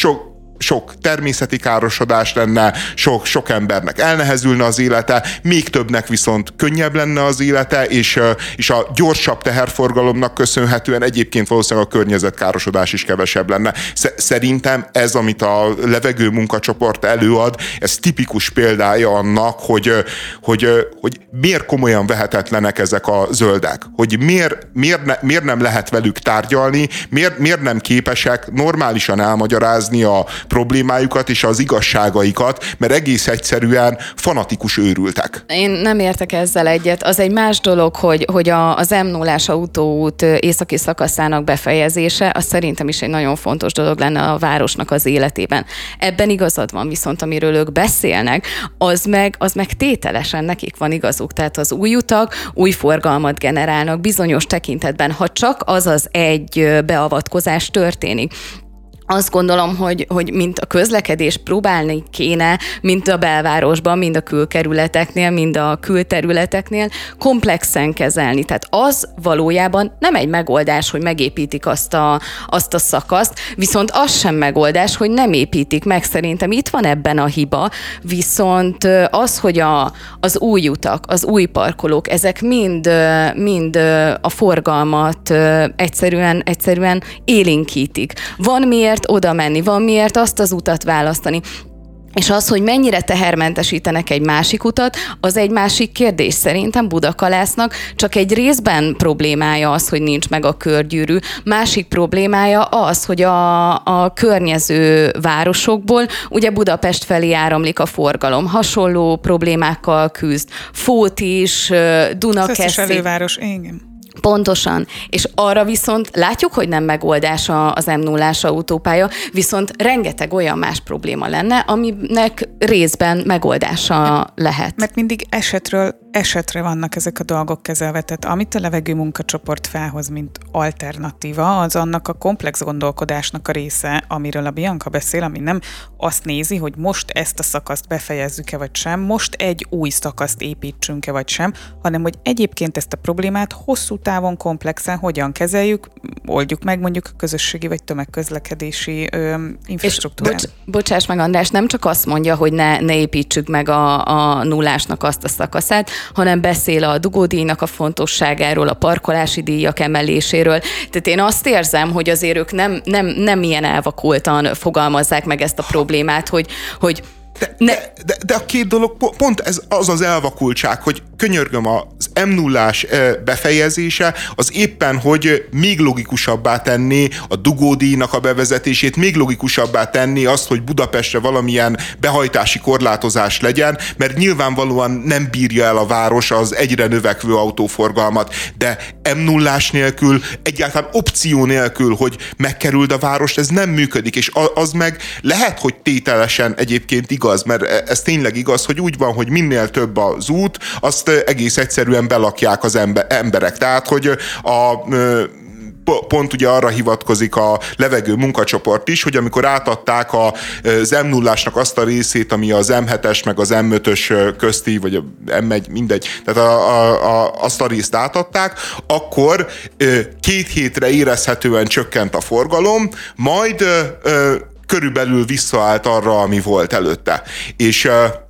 sok természeti károsodás lenne, sok embernek elnehezülne az élete, még többnek viszont könnyebb lenne az élete, és a gyorsabb teherforgalomnak köszönhetően egyébként valószínűleg a környezetkárosodás is kevesebb lenne. Szerintem ez, amit a levegő munkacsoport előad, ez tipikus példája annak, hogy miért komolyan vehetetlenek ezek a zöldek, hogy miért nem lehet velük tárgyalni, miért nem képesek normálisan elmagyarázni a problémájukat és az igazságaikat, mert egész egyszerűen fanatikus őrültek. Én nem értek ezzel egyet. Az egy más dolog, hogy az M0-ás autóút északi szakaszának befejezése, az szerintem is egy nagyon fontos dolog lenne a városnak az életében. Ebben igazad van, viszont amiről ők beszélnek, az meg tételesen nekik van igazuk. Tehát az új utak új forgalmat generálnak bizonyos tekintetben, ha csak az egy beavatkozás történik. Azt gondolom, hogy mint a közlekedés próbálni kéne, mint a belvárosban, mind a külkerületeknél, mind a külterületeknél komplexen kezelni. Tehát az valójában nem egy megoldás, hogy megépítik azt a szakaszt, viszont az sem megoldás, hogy nem építik meg. Szerintem itt van ebben a hiba, viszont az, hogy az új utak, az új parkolók, ezek mind a forgalmat egyszerűen élénkítik. Van miért oda menni, van miért azt az utat választani. És az, hogy mennyire tehermentesítenek egy másik utat, az egy másik kérdés. Szerintem Budakalásznak csak egy részben problémája az, hogy nincs meg a körgyűrű. Másik problémája az, hogy a környező városokból ugye Budapest felé áramlik a forgalom. Hasonló problémákkal küzd. Fót is, Dunakeszi. Az előváros, igen. Pontosan. És arra viszont látjuk, hogy nem megoldás az M0-ás autópálya, viszont rengeteg olyan más probléma lenne, aminek részben megoldása lehet. Mert mindig esetről esetre vannak ezek a dolgok kezelve. Tehát amit a levegő munkacsoport felhoz, mint alternatíva, az annak a komplex gondolkodásnak a része, amiről a Bianca beszél, ami nem azt nézi, hogy most ezt a szakaszt befejezzük-e vagy sem, most egy új szakaszt építsünk-e vagy sem, hanem hogy egyébként ezt a problémát hosszú távon komplexen hogyan kezeljük, oldjuk meg mondjuk a közösségi vagy tömegközlekedési infrastruktúrát. Bocsáss meg, András, nem csak azt mondja, hogy ne építsük meg a nullásnak azt a szakaszát, hanem beszél a dugódíjnak a fontosságáról, a parkolási díjak emeléséről. Tehát én azt érzem, hogy azért ők nem ilyen elvakultan fogalmazzák meg ezt a problémát, hogy De a két dolog, pont ez az elvakultság, hogy könyörgöm, az M0-ás befejezése az éppen, hogy még logikusabbá tenni a dugódíjnak a bevezetését, még logikusabbá tenni azt, hogy Budapestre valamilyen behajtási korlátozás legyen, mert nyilvánvalóan nem bírja el a város az egyre növekvő autóforgalmat, de M0-ás nélkül, egyáltalán opció nélkül, hogy megkerüld a várost, ez nem működik, és az meg lehet, hogy tételesen egyébként igaz, mert ez tényleg igaz, hogy úgy van, hogy minél több az út, azt egész egyszerűen belakják az emberek. Tehát, hogy pont ugye arra hivatkozik a levegő munkacsoport is, hogy amikor átadták az M0-ásnak azt a részét, ami az M7-es meg az M5-ös közti, vagy a M1, mindegy, tehát azt a részt átadták, akkor 2 hétre érezhetően csökkent a forgalom, majd körülbelül visszaállt arra, ami volt előtte. És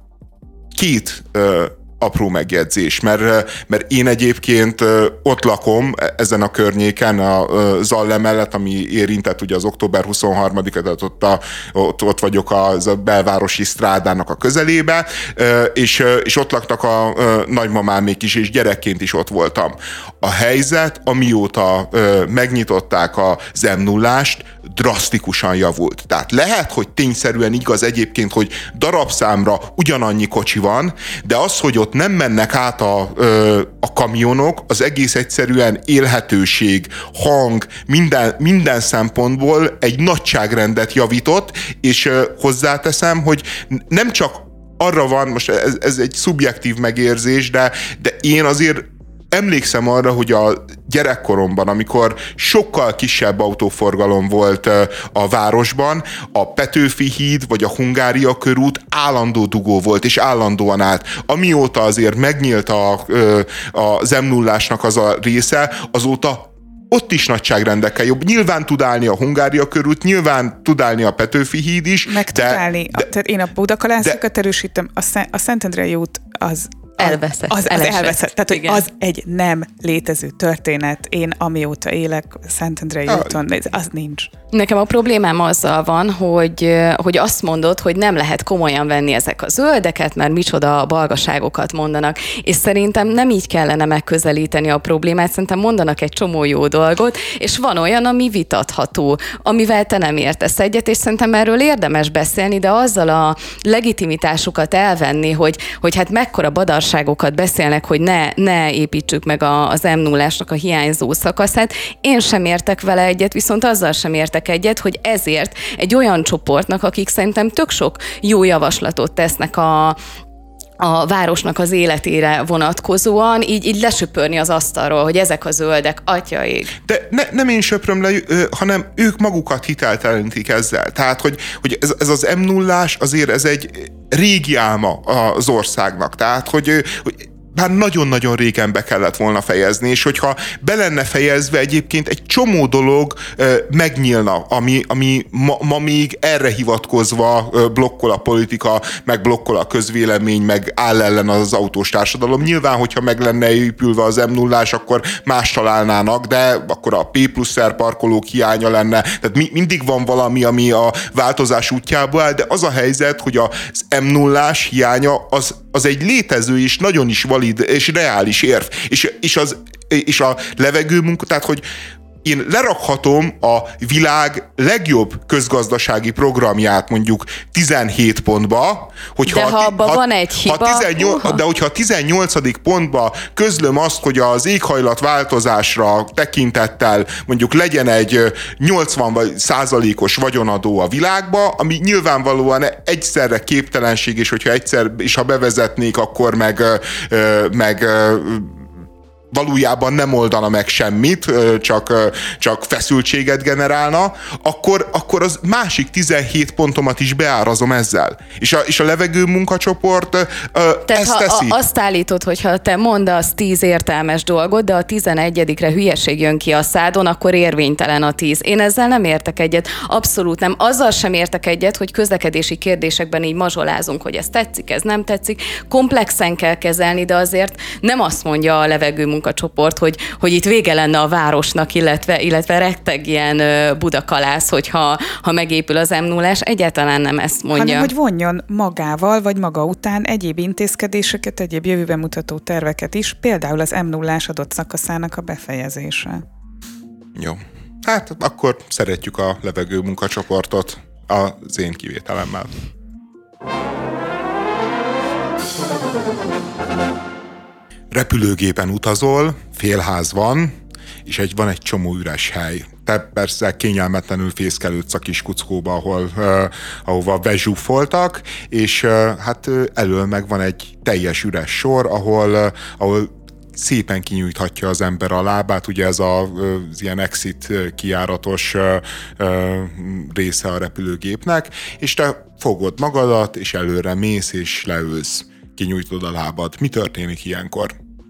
2 apró megjegyzés, mert én egyébként ott lakom, ezen a környéken, a Zalle mellett, ami érintett ugye az október 23-et, ott vagyok a belvárosi strádának a közelébe, és ott laktak a nagymamámék is, és gyerekként is ott voltam. A helyzet, amióta megnyitották az M0-ást, drasztikusan javult. Tehát lehet, hogy tényszerűen igaz egyébként, hogy darabszámra ugyanannyi kocsi van, de az, hogy ott nem mennek át a kamionok, az egész egyszerűen élhetőség, hang, minden szempontból egy nagyságrendet javított, és hozzáteszem, hogy nem csak arra van, most ez egy szubjektív megérzés, de én azért emlékszem arra, hogy a gyerekkoromban, amikor sokkal kisebb autóforgalom volt a városban, a Petőfi híd vagy a Hungária körút állandó dugó volt, és állandóan állt. Amióta azért megnyílt az M0-ásnak az a része, azóta ott is nagyságrendekkel jobb. Nyilván tud állni a Hungária körút, nyilván tud állni a Petőfi híd is. Meg tud állni. Tehát én a Budakalászokat erősítem, a Szentendrei út az elveszett. Az elveszett. Tehát, hogy az egy nem létező történet. Én amióta élek Szentendrei úton, az nincs. Nekem a problémám azzal van, hogy azt mondod, hogy nem lehet komolyan venni ezek a zöldeket, mert micsoda balgaságokat mondanak. És szerintem nem így kellene megközelíteni a problémát, szerintem mondanak egy csomó jó dolgot, és van olyan, ami vitatható, amivel te nem értesz egyet, és szerintem erről érdemes beszélni, de azzal a legitimitásukat elvenni, hogy hát mekkora badarságokat beszélnek, hogy ne építsük meg az M0-ásnak a hiányzó szakaszát. Én sem értek vele egyet, viszont azzal sem értek egyet, hogy ezért egy olyan csoportnak, akik szerintem tök sok jó javaslatot tesznek a városnak az életére vonatkozóan, így lesöpörni az asztalról, hogy ezek a zöldek, atyaig. De nem én söpröm le, hanem ők magukat hiteltelenítik ezzel. Tehát, hogy ez az M0-ás azért ez egy régi álma az országnak. Tehát, hogy bár nagyon-nagyon régen be kellett volna fejezni, és hogyha be lenne fejezve, egyébként egy csomó dolog megnyílna, ami ma még erre hivatkozva blokkol a politika, meg blokkol a közvélemény, meg áll ellen az autós társadalom. Nyilván, hogyha meg lenne épülve az M0-ás, akkor más találnának, de akkor a P+R parkolók hiánya lenne. Tehát mindig van valami, ami a változás útjába áll, de az a helyzet, hogy az M0-ás hiánya az egy létező és nagyon is valid és reális érv. És a levegőmunka, tehát hogy én lerakhatom a világ legjobb közgazdasági programját mondjuk 17 pontba, hogyha de ha abban van egy hiba... De hogyha a 18. pontba közlöm azt, hogy az éghajlatváltozásra tekintettel mondjuk legyen egy 80%-os vagyonadó a világba, ami nyilvánvalóan egyszerre képtelenség, és hogyha egyszer, és ha bevezetnék, akkor meg valójában nem oldana meg semmit, csak feszültséget generálna, akkor az másik 17 pontomat is beárazom ezzel. És a levegő munkacsoport ezt teszi. Azt állítod, hogyha te mondasz 10 értelmes dolgot, de a 11-re hülyeség jön ki a szádon, akkor érvénytelen a 10. Én ezzel nem értek egyet. Abszolút nem. Azzal sem értek egyet, hogy közlekedési kérdésekben így mazsolázunk, hogy ez tetszik, ez nem tetszik. Komplexen kell kezelni, de azért nem azt mondja a levegő munkacsoport, hogy itt vége lenne a városnak, illetve retteg ilyen Budakalász, hogyha megépül az M0-ás. Egyáltalán nem ezt mondja. Hanem, hogy vonjon magával, vagy maga után egyéb intézkedéseket, egyéb jövőben mutató terveket is, például az M0-ás adott szakaszának a befejezése. Jó. Hát akkor szeretjük a levegő munkacsoportot az én kivételemmel. Repülőgépen utazol, félház van, és van egy csomó üres hely. Te persze kényelmetlenül fészkelődsz a kis kuckóba, ahova bezsúfoltak, és hát elől meg van egy teljes üres sor, ahol szépen kinyújthatja az ember a lábát, ugye ez az ilyen exit kijáratos része a repülőgépnek, és te fogod magadat, és előre mész, és leülsz, kinyújtod a lábad. Mi történik ilyenkor?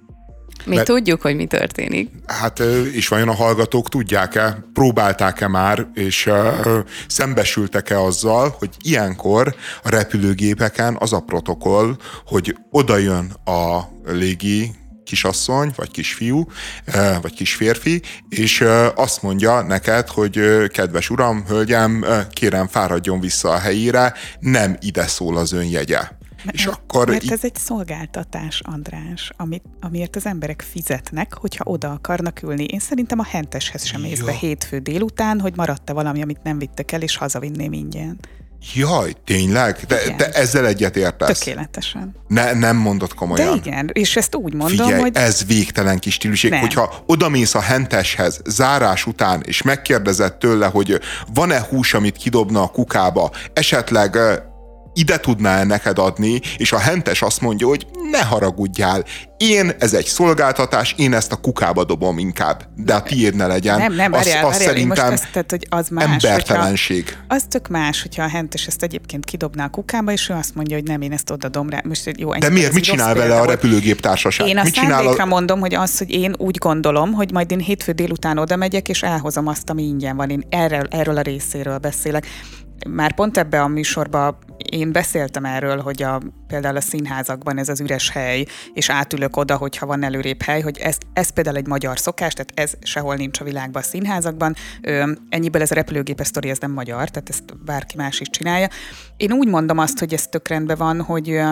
Tudjuk, hogy mi történik. Hát, és vajon a hallgatók tudják-e, próbálták-e már, és szembesültek-e azzal, hogy ilyenkor a repülőgépeken az a protokoll, hogy odajön a légi kisasszony, vagy kisfiú, vagy kisférfi, és azt mondja neked, hogy kedves uram, hölgyem, kérem fáradjon vissza a helyére, nem ide szól az ön jegye. És akkor mert ez egy szolgáltatás, András, amiért az emberek fizetnek, hogyha oda akarnak ülni. Én szerintem a henteshez sem mész be hétfő délután, hogy maradt-e valami, amit nem vittek el, és hazavinném ingyen. Jaj, tényleg? Te ezzel egyetértesz? Tökéletesen. Nem mondod komolyan. De igen, és ezt úgy mondom, figyelj, hogy... ez végtelen kis stíluség, hogyha odamész a henteshez zárás után, és megkérdezed tőle, hogy van-e hús, amit kidobna a kukába, esetleg ide tudná neked adni, és a hentes azt mondja, hogy ne haragudjál, ez egy szolgáltatás, én ezt a kukába dobom inkább, de a tiéd ne legyen. Nem, várjál, szerintem hogy az más, embertelenség. Az tök más, hogyha a hentes ezt egyébként kidobná a kukába, és ő azt mondja, hogy nem, én ezt oda dobom rá. Most, jó, de miért? Mit csinál vele a repülőgép társaság? Én a szándékra mondom, hogy az, hogy én úgy gondolom, hogy majd én hétfő délután oda megyek, és elhozom azt, ami ingyen van. Én erről a részéről beszélek. Már pont ebbe a műsorban én beszéltem erről, hogy például a színházakban ez az üres hely, és átülök oda, hogyha van előrébb hely, hogy ez például egy magyar szokás, tehát ez sehol nincs a világban a színházakban. Ennyiből ez a repülőgépes sztori, ez nem magyar, tehát ezt bárki más is csinálja. Én úgy mondom azt, hogy ez tök rendben van,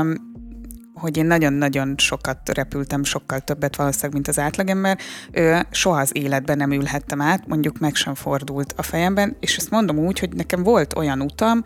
hogy én nagyon-nagyon sokat repültem, sokkal többet valószínűleg, mint az átlagember. Soha az életben nem ülhettem át, mondjuk meg sem fordult a fejemben, és ezt mondom úgy, hogy nekem volt olyan utam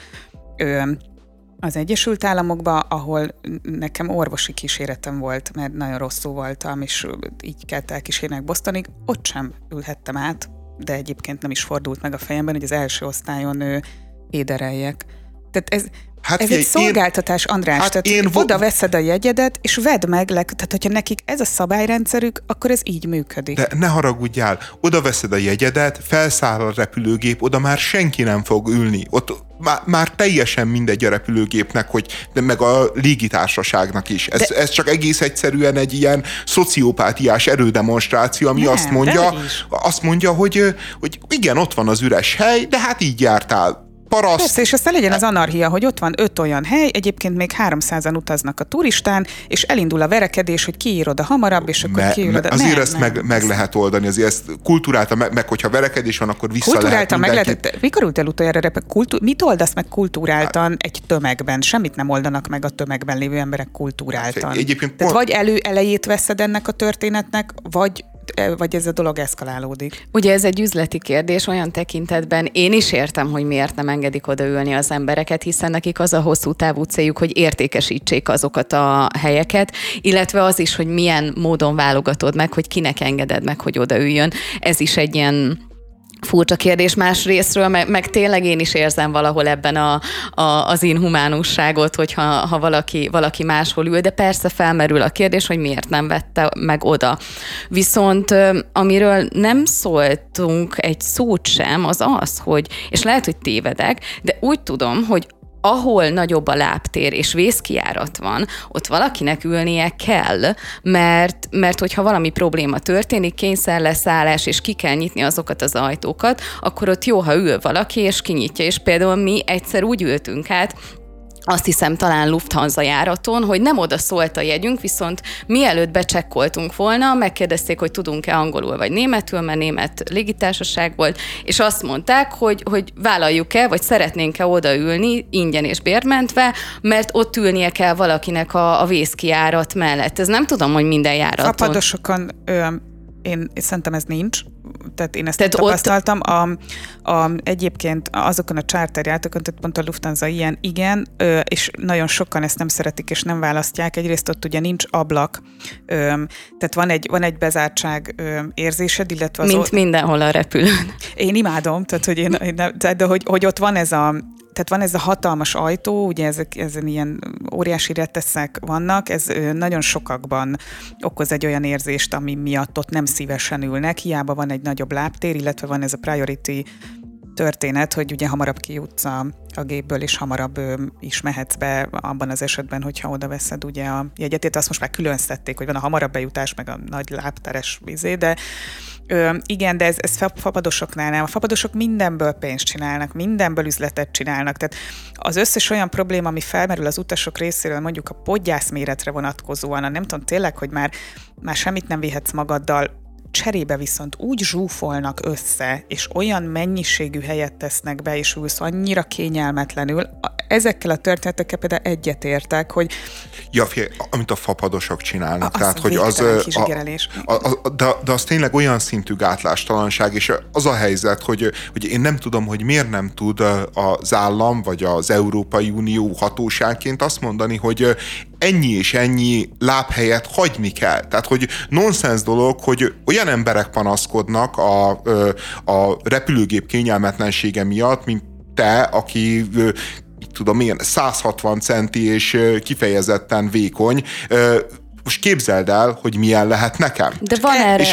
az Egyesült Államokba, ahol nekem orvosi kíséretem volt, mert nagyon rosszul voltam, és így kellett elkísérnek Bostonig, ott sem ülhettem át, de egyébként nem is fordult meg a fejemben, hogy az első osztályon édereljek. Tehát ez egy szolgáltatás, András, tehát oda veszed a jegyedet, és vedd meg, tehát hogyha nekik ez a szabályrendszerük, akkor ez így működik. De ne haragudjál, oda veszed a jegyedet, felszáll a repülőgép, oda már senki nem fog ülni. Ott már teljesen mindegy a repülőgépnek, de meg a légitársaságnak is. Ez csak egész egyszerűen egy ilyen szociopátiás erődemonstráció, ami azt mondja, hogy igen, ott van az üres hely, de hát így jártál. Paraszt. Persze, és aztán legyen az anarchia, hogy ott van 5 olyan hely, egyébként még 300-an utaznak a turistán, és elindul a verekedés, hogy kiír oda hamarabb, és akkor kiír oda. Azért ezt meg lehet oldani, azért ezt kultúráltan, meg hogyha verekedés van, akkor vissza kultúráltan lehet mindenki. Meg lehet, mikor ült el utoljára mit oldasz meg kultúráltan egy tömegben? Semmit nem oldanak meg a tömegben lévő emberek kultúráltan. Tehát vagy elejét veszed ennek a történetnek, vagy ez a dolog eszkalálódik. Ugye ez egy üzleti kérdés olyan tekintetben, én is értem, hogy miért nem engedik odaülni az embereket, hiszen nekik az a hosszú távú céljuk, hogy értékesítsék azokat a helyeket, illetve az is, hogy milyen módon válogatod meg, hogy kinek engeded meg, hogy odaüljön. Ez is egy ilyen furcsa kérdés másrésztről, meg tényleg én is érzem valahol ebben az inhumánusságot, hogyha valaki máshol ül, de persze felmerül a kérdés, hogy miért nem vette meg oda. Viszont amiről nem szóltunk egy szót sem, az, hogy, és lehet, hogy tévedek, de úgy tudom, hogy ahol nagyobb a lábtér és vészkijárat van, ott valakinek ülnie kell, mert hogyha valami probléma történik, kényszerleszállás, és ki kell nyitni azokat az ajtókat, akkor ott jó, ha ül valaki, és kinyitja. És például mi egyszer úgy ültünk át, azt hiszem talán Lufthansa járaton, hogy nem oda szólt a jegyünk, viszont mielőtt becsekkoltunk volna, megkérdezték, hogy tudunk-e angolul vagy németül, mert német légitársaság volt, és azt mondták, hogy vállaljuk-e, vagy szeretnénk-e odaülni ingyen és bérmentve, mert ott ülnie kell valakinek a vészkijárat mellett. Ez nem tudom, hogy minden járaton. Fapadosokon én szerintem ez nincs, tehát én ezt nem tapasztaltam. Egyébként azokon a charterjáratokon, tehát pont a Lufthansa ilyen, igen, és nagyon sokan ezt nem szeretik, és nem választják. Egyrészt ott ugye nincs ablak, tehát van egy bezártság érzésed, illetve mint mindenhol a repülőn. Én imádom, tehát hogy ott van tehát van ez a hatalmas ajtó, ugye ezen ilyen óriási reteszek vannak, ez nagyon sokakban okoz egy olyan érzést, ami miatt ott nem szívesen ülnek, hiába van egy nagyobb lábtér, illetve van ez a priority történet, hogy ugye hamarabb kijutsz a gépből, és hamarabb is mehetsz be abban az esetben, hogyha oda veszed ugye a jegyetét. Azt most már külön szedték, hogy van a hamarabb bejutás, meg a nagy lábteres vizé, de igen, de ez fapadosoknál nem. A fapadosok mindenből pénzt csinálnak, mindenből üzletet csinálnak. Tehát az összes olyan probléma, ami felmerül az utasok részéről, mondjuk a podgyászméretre vonatkozóan, nem tudom tényleg, hogy már semmit nem vihetsz magaddal, cserébe viszont úgy zsúfolnak össze, és olyan mennyiségű helyet tesznek be, és ülsz annyira kényelmetlenül. Ezekkel a történetekkel például egyetértek, hogy... Ja, amit a fapadosok csinálnak. Tehát, hogy de az tényleg olyan szintű gátlástalanság, és az a helyzet, hogy én nem tudom, hogy miért nem tud az állam, vagy az Európai Unió hatóságként azt mondani, hogy ennyi és ennyi lábhelyet hagyni kell. Tehát, hogy nonsens dolog, hogy olyan emberek panaszkodnak a repülőgép kényelmetlensége miatt, mint te, aki tudom én, 160 centi és kifejezetten vékony. Most képzeld el, hogy milyen lehet nekem. De van erre...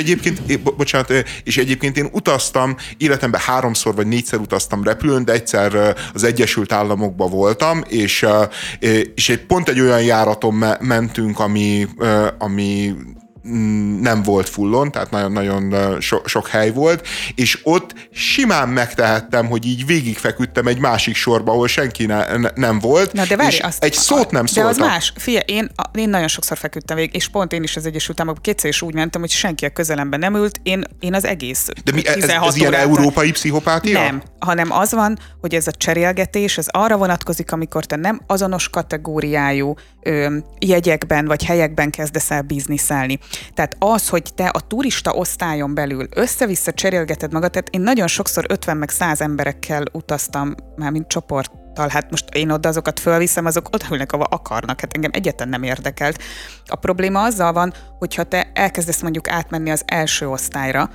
És egyébként én utaztam, életemben 3-szor vagy 4-szer utaztam repülőn, de egyszer az Egyesült Államokba voltam, és pont egy olyan járaton mentünk, ami nem volt fullon, tehát nagyon-nagyon sok hely volt, és ott simán megtehettem, hogy így végigfeküdtem egy másik sorba, ahol senki nem volt, na de várj, és egy szót nem szóltam. De az más. Figyelj, én nagyon sokszor feküdtem végig, és pont én is az Egyesült Államokban kétszer is úgy mentem, hogy senki a közelemben nem ült, én az egész de ez ilyen európai pszichopátia? Nem, hanem az van, hogy ez a cserélgetés, ez arra vonatkozik, amikor te nem azonos kategóriájú jegyekben vagy helyekben kezdesz el bizniszelni. Tehát az, hogy te a turista osztályon belül össze-vissza cserélgeted magad, tehát én nagyon sokszor 50 meg 100 emberekkel utaztam, már mint csoporttal, hát most én oda azokat fölviszem, azok oda ülnek, ahol akarnak, hát engem egyáltalán nem érdekelt. A probléma azzal van, hogyha te elkezdesz mondjuk átmenni az első osztályra,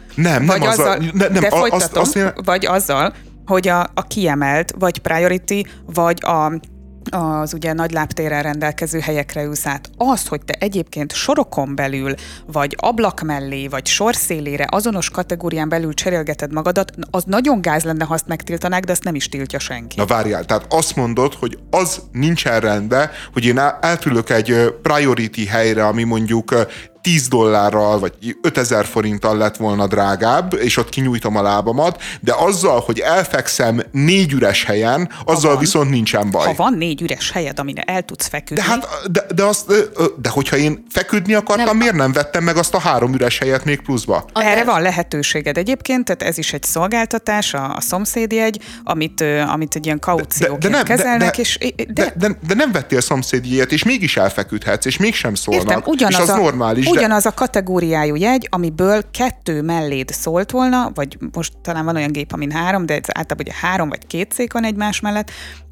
vagy azzal, hogy a kiemelt, vagy priority, vagy az ugye nagy lábtérrel rendelkező helyekre ülsz át. Az, hogy te egyébként sorokon belül, vagy ablak mellé, vagy sorszélére azonos kategórián belül cserélgeted magadat, az nagyon gáz lenne, ha azt megtiltanák, de azt nem is tiltja senki. Na várjál, tehát azt mondod, hogy az nincsen rendben, hogy én eltülök egy priority helyre, ami mondjuk $10 vagy 5000 forinttal lett volna drágább, és ott kinyújtom a lábamat, de azzal, hogy elfekszem 4 üres helyen, azzal viszont nincsen baj. Ha van 4 üres helyed, amire el tudsz feküdni. De hogyha én feküdni akartam, miért nem vettem meg azt a 3 üres helyet még pluszba? Erre van lehetőséged egyébként, tehát ez is egy szolgáltatás, a szomszédjegy, amit egy ilyen kaucióként kezelnek. De nem vettél szomszédjegyet, és mégis elfeküdhetsz, és mégsem szólnak. Értem, és az normális. Ugyanaz a kategóriájú jegy, amiből 2 melléd szólt volna, vagy most talán van olyan gép, amin 3, de általában ugye 3 vagy 2 szék van egymás mellett,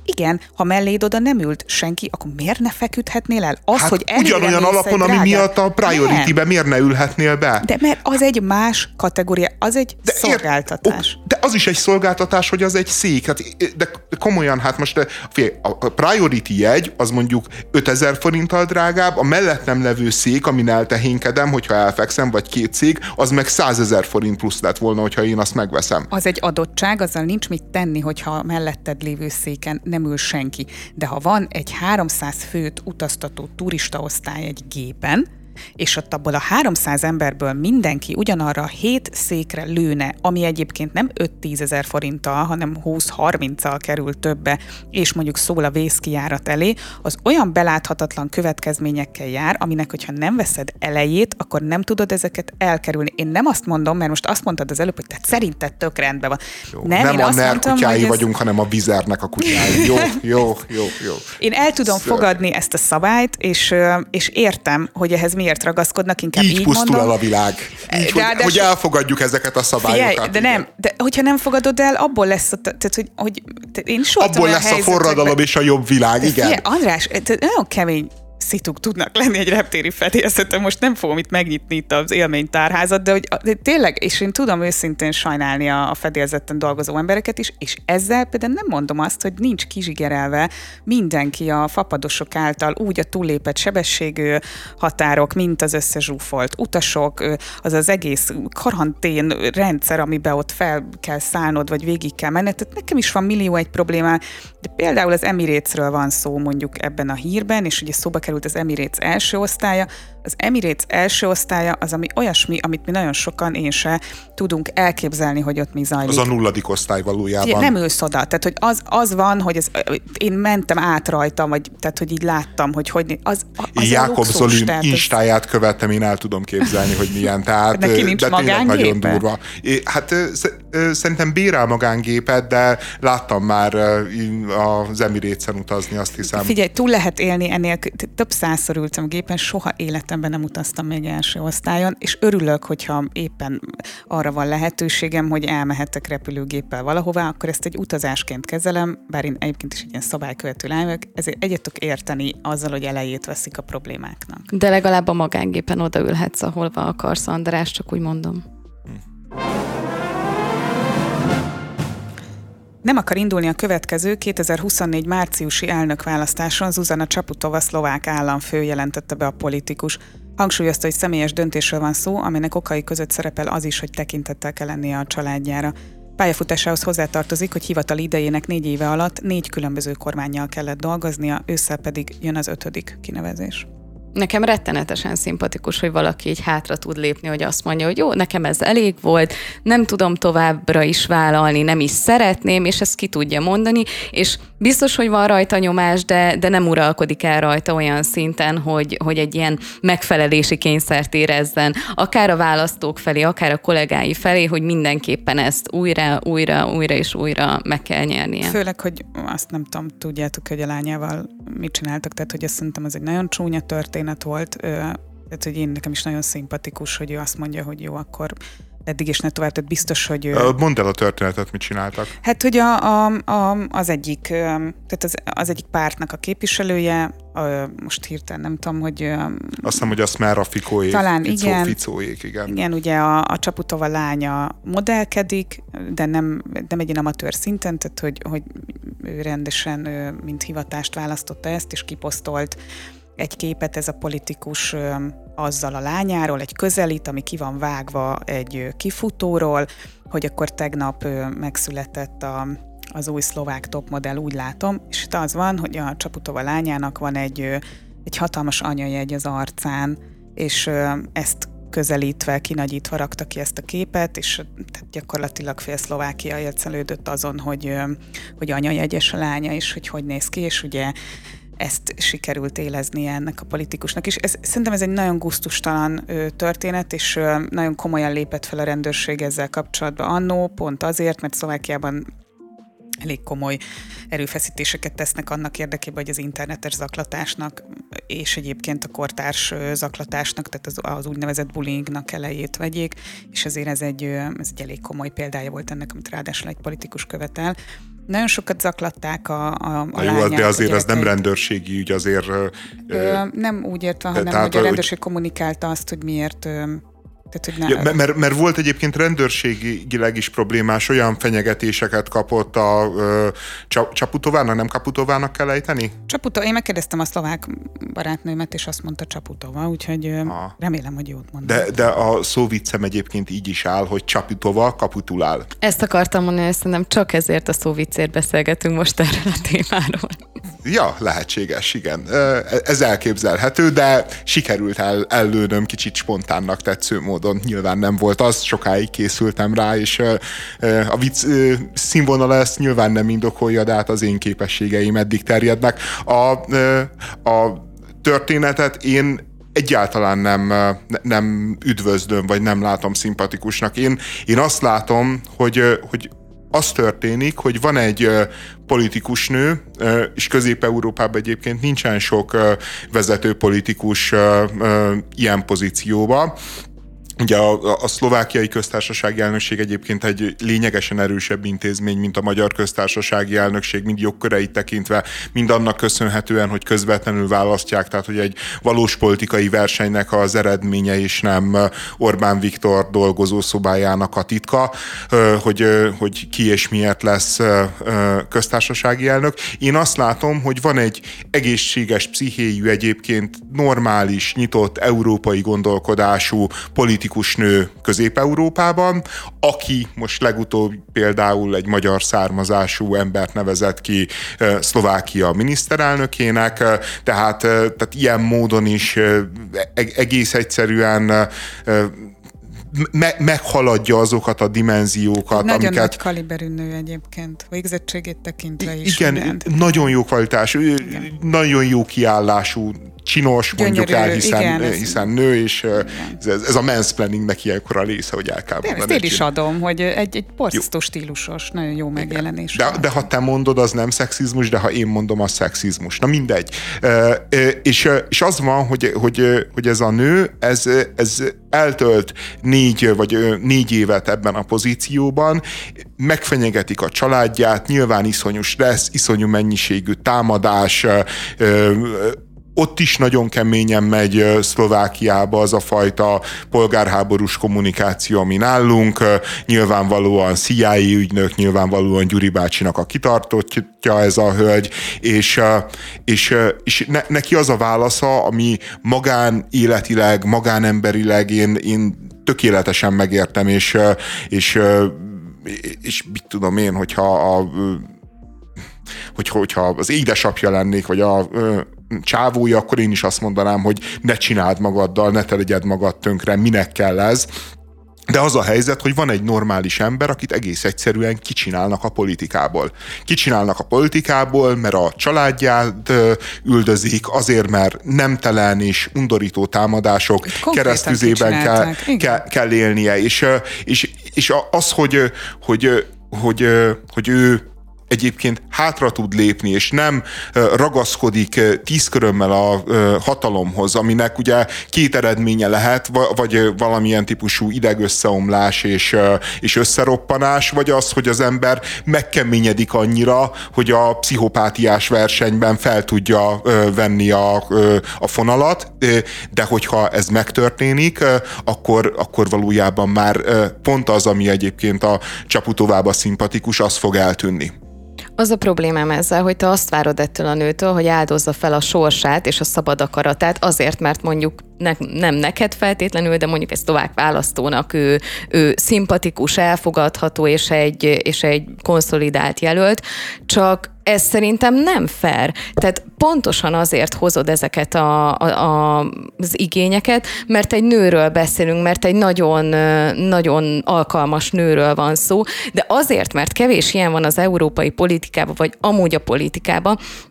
Igen, ha melléd oda nem ült senki, akkor miért ne feküdhetnél el? Az, hát hogy ugyanolyan alapon, ami miatt a priority-be miért ne ülhetnél be? De mert az egy más kategória, az egy szolgáltatás. De az is egy szolgáltatás, hogy az egy szék. Hát, de komolyan, hát most a priority jegy, az mondjuk 5000 forinttal drágább, a mellettem levő szék, amin eltehénkedem, hogyha elfekszem, vagy 2 szék, az meg 100 000 forint plusz lett volna, hogyha én azt megveszem. Az egy adottság, azzal nincs mit tenni, hogyha melletted lévő széken nem ül senki. De ha van egy 300 főt utaztató turistaosztály egy gépen, és ott abból a 300 emberből mindenki ugyanarra 7 székre lőne, ami egyébként nem 5-10 000 forinttal, hanem 20-30-al kerül többe, és mondjuk szól a vészkijárat elé, az olyan beláthatatlan következményekkel jár, aminek, hogyha nem veszed elejét, akkor nem tudod ezeket elkerülni. Én nem azt mondom, mert most azt mondtad az előbb, hogy te szerinted tök rendben van. Jó, nem a NER kutyái vagyunk, hanem a Vizernek a kutyái. Jó. Én el tudom fogadni ezt a szabályt, és értem, hogy ehhez miért ragaszkodnak, inkább így pusztul mondom. el a világ. Így, hogy elfogadjuk ezeket a szabályokat. Figyelj, de hogyha nem fogadod el, abból lesz én soha abból lesz a forradalom és a jobb világ, igen. Figyelj, András, nagyon kemény szituk tudnak lenni egy reptéri fedélzeten, most nem fogom itt megnyitni itt az élménytárházat, de tényleg, és én tudom őszintén sajnálni a fedélzeten dolgozó embereket is, és ezzel például nem mondom azt, hogy nincs kizsigerelve mindenki a fapadosok által úgy a túllépett sebességű határok, mint az összezsúfolt utasok, az az egész karantén rendszer, amiben ott fel kell szállnod, vagy végig kell menned. Tehát nekem is van millió egy problémá, de például az Emirates-ről van szó mondjuk ebben a hírben, és ugye szóba került az Emirates első osztálya. Az Emirates első osztálya az, ami olyasmi, amit mi nagyon sokan, én se tudunk elképzelni, hogy ott mi zajlik. Az a 0. osztály valójában. Nem ülsz oda. Tehát, hogy az van, hogy én mentem át rajta, vagy tehát, hogy így láttam, hogy az Jákob Zoli instáját követtem, én el tudom képzelni, hogy milyen. Tehát, neki nincs nagyon durva. Hát szerintem bérel magángépet, de láttam már az Emirates-en utazni, azt hiszem. Figyelj, túl lehet élni ennél. Több 100-szor ültem a gépen, soha életemben nem utaztam még első osztályon, és örülök, hogyha éppen arra van lehetőségem, hogy elmehetek repülőgéppel valahová, akkor ezt egy utazásként kezelem, bár én egyébként is egy ilyen szabálykövető lány vagyok, ezért egyet tudok érteni azzal, hogy elejét veszik a problémáknak. De legalább a magángépen odaülhetsz, ahol akarsz, András, csak úgy mondom. Nem akar indulni a következő 2024 márciusi elnökválasztáson, Zuzana Čaputová szlovák államfő, jelentette be a politikus. Hangsúlyozta, hogy személyes döntésről van szó, aminek okai között szerepel az is, hogy tekintettel kell lennie a családjára. Pályafutásához hozzátartozik, hogy hivatali idejének 4 éve alatt 4 különböző kormánnyal kellett dolgoznia, ősszel pedig jön az 5. kinevezés. Nekem rettenetesen szimpatikus, hogy valaki így hátra tud lépni, hogy azt mondja, hogy jó, nekem ez elég volt, nem tudom továbbra is vállalni, nem is szeretném, és ezt ki tudja mondani, és biztos, hogy van rajta nyomás, de nem uralkodik el rajta olyan szinten, hogy egy ilyen megfelelési kényszert érezzen, akár a választók felé, akár a kollégái felé, hogy mindenképpen ezt újra és újra meg kell nyernie. Főleg, hogy azt nem tudom, tudjátok, hogy a lányával mit csináltak, tehát hogy azt szerintem az egy nagyon csúnya történet volt, tehát hogy nekem is nagyon szimpatikus, hogy ő azt mondja, hogy jó, akkor eddig is ne tovább, tehát biztos, hogy... Mondd el a történetet, mit csináltak. Hát, hogy az egyik, tehát az egyik pártnak a képviselője, most hirtelen nem tudom, hogy... Azt hiszem, hogy a Smerra Ficóék. Talán igen. Ficóék, igen. Igen, ugye a Čaputová lánya modellkedik, de nem egy ilyen amatőr szinten, tehát hogy ő rendesen, mint hivatást választotta ezt, és kiposztolt egy képet, ez a politikus azzal a lányáról, egy közelít, ami ki van vágva egy kifutóról, hogy akkor tegnap megszületett az új szlovák topmodell, úgy látom, és itt az van, hogy a Čaputová lányának van egy hatalmas anyajegy az arcán, és ezt közelítve, kinagyítva rakta ki ezt a képet, és gyakorlatilag fél Szlovákia élcelődött azon, hogy anyajegyes a lánya, és hogy néz ki, és ugye ezt sikerült éleznie ennek a politikusnak is. Szerintem ez egy nagyon gusztustalan történet, és nagyon komolyan lépett fel a rendőrség ezzel kapcsolatban annó, pont azért, mert Szlovákiában elég komoly erőfeszítéseket tesznek annak érdekében, hogy az internetes zaklatásnak és egyébként a kortárs zaklatásnak, tehát az úgynevezett bullyingnak elejét vegyék, és ezért ez egy elég komoly példája volt ennek, amit ráadásul egy politikus követel. Nagyon sokat zaklatták a jó, lányát. De azért ez nem rendőrségi ügy, azért... Nem úgy értve, hanem hogy a rendőrség kommunikálta azt, hogy miért... Tehát, hogy mert volt egyébként rendőrségileg is problémás, olyan fenyegetéseket kapott a Csaputovának, nem Kaputovának kell ejteni? Én megkérdeztem a szlovák barátnőmet, és azt mondta Csaputova, úgyhogy remélem, hogy jót mondom. De a szóviccem egyébként így is áll, hogy Csaputova kapitulál. Ezt akartam mondani, hogy szerintem csak ezért a szóviccért beszélgetünk most erről a témáról. Ja, lehetséges, igen. Ez elképzelhető, de sikerült ellőnöm kicsit spontánnak tetsző módon. Nyilván nem volt az, sokáig készültem rá, és a vicc színvonala ezt nyilván nem indokolja, de hát az én képességeim eddig terjednek. A történetet én egyáltalán nem üdvözlöm, vagy nem látom szimpatikusnak. Én azt látom, hogy az történik, hogy van egy politikus nő, és Közép-Európában egyébként nincsen sok vezető politikus ilyen pozícióban. Ugye a szlovákiai köztársasági elnökség egyébként egy lényegesen erősebb intézmény, mint a magyar köztársasági elnökség, mind jogköreit tekintve, mind annak köszönhetően, hogy közvetlenül választják, tehát hogy egy valós politikai versenynek az eredménye, és nem Orbán Viktor dolgozószobájának a titka, hogy ki és miért lesz köztársasági elnök. Én azt látom, hogy van egy egészséges pszichéjű, egyébként normális, nyitott, európai gondolkodású politikus nő Közép-Európában, aki most legutóbb például egy magyar származású embert nevezett ki Szlovákia miniszterelnökének, tehát ilyen módon is egész egyszerűen meghaladja azokat a dimenziókat, nagyon amiket... nagy kaliberű nő egyébként, végzettségét tekintve is. Igen, mindent. Nagyon jó kvalitású, nagyon jó kiállású, csinos, mondjuk el, hiszen nő, és ez a mansplainingnek ilyenkor a része, hogy el kell mondani. Ezt én is adom, hogy egy borzasztó stílusos, nagyon jó megjelenés. De ha te mondod, az nem szexizmus, de ha én mondom, az szexizmus. Na mindegy. És az van, hogy ez a nő, ez eltölt 4 évet ebben a pozícióban, megfenyegetik a családját, nyilván iszonyú stressz, iszonyú mennyiségű támadás, ott is nagyon keményen megy Szlovákiába az a fajta polgárháborús kommunikáció, ami nálunk, nyilvánvalóan CIA ügynök, nyilvánvalóan Gyuri bácsinak a kitartottja ez a hölgy, és neki az a válasza, ami magánéletileg, magánemberileg én tökéletesen megértem, és mit tudom én, hogyha az édesapja lennék, vagy a csávója, akkor én is azt mondanám, hogy ne csináld magaddal, ne te legyed magad tönkre, minek kell ez. De az a helyzet, hogy van egy normális ember, akit egész egyszerűen kicsinálnak a politikából. Kicsinálnak a politikából, mert a családját üldözik, azért, mert nemtelen és undorító támadások keresztüzében kell élnie. És az, hogy ő egyébként hátra tud lépni, és nem ragaszkodik 10 körömmel a hatalomhoz, aminek ugye 2 eredménye lehet, vagy valamilyen típusú idegösszeomlás és összeroppanás, vagy az, hogy az ember megkeményedik annyira, hogy a pszichopátiás versenyben fel tudja venni a fonalat, de hogyha ez megtörténik, akkor valójában már pont az, ami egyébként a Csaputovába szimpatikus, az fog eltűnni. Az a problémám ezzel, hogy te azt várod ettől a nőtől, hogy áldozza fel a sorsát és a szabad akaratát azért, mert mondjuk nem neked feltétlenül, de mondjuk egy szlovák választónak ő szimpatikus, elfogadható és egy konszolidált jelölt, csak ez szerintem nem fair. Tehát pontosan azért hozod ezeket az igényeket, mert egy nőről beszélünk, mert egy nagyon, nagyon alkalmas nőről van szó, de azért, mert kevés ilyen van az európai politikában, vagy amúgy a politikában,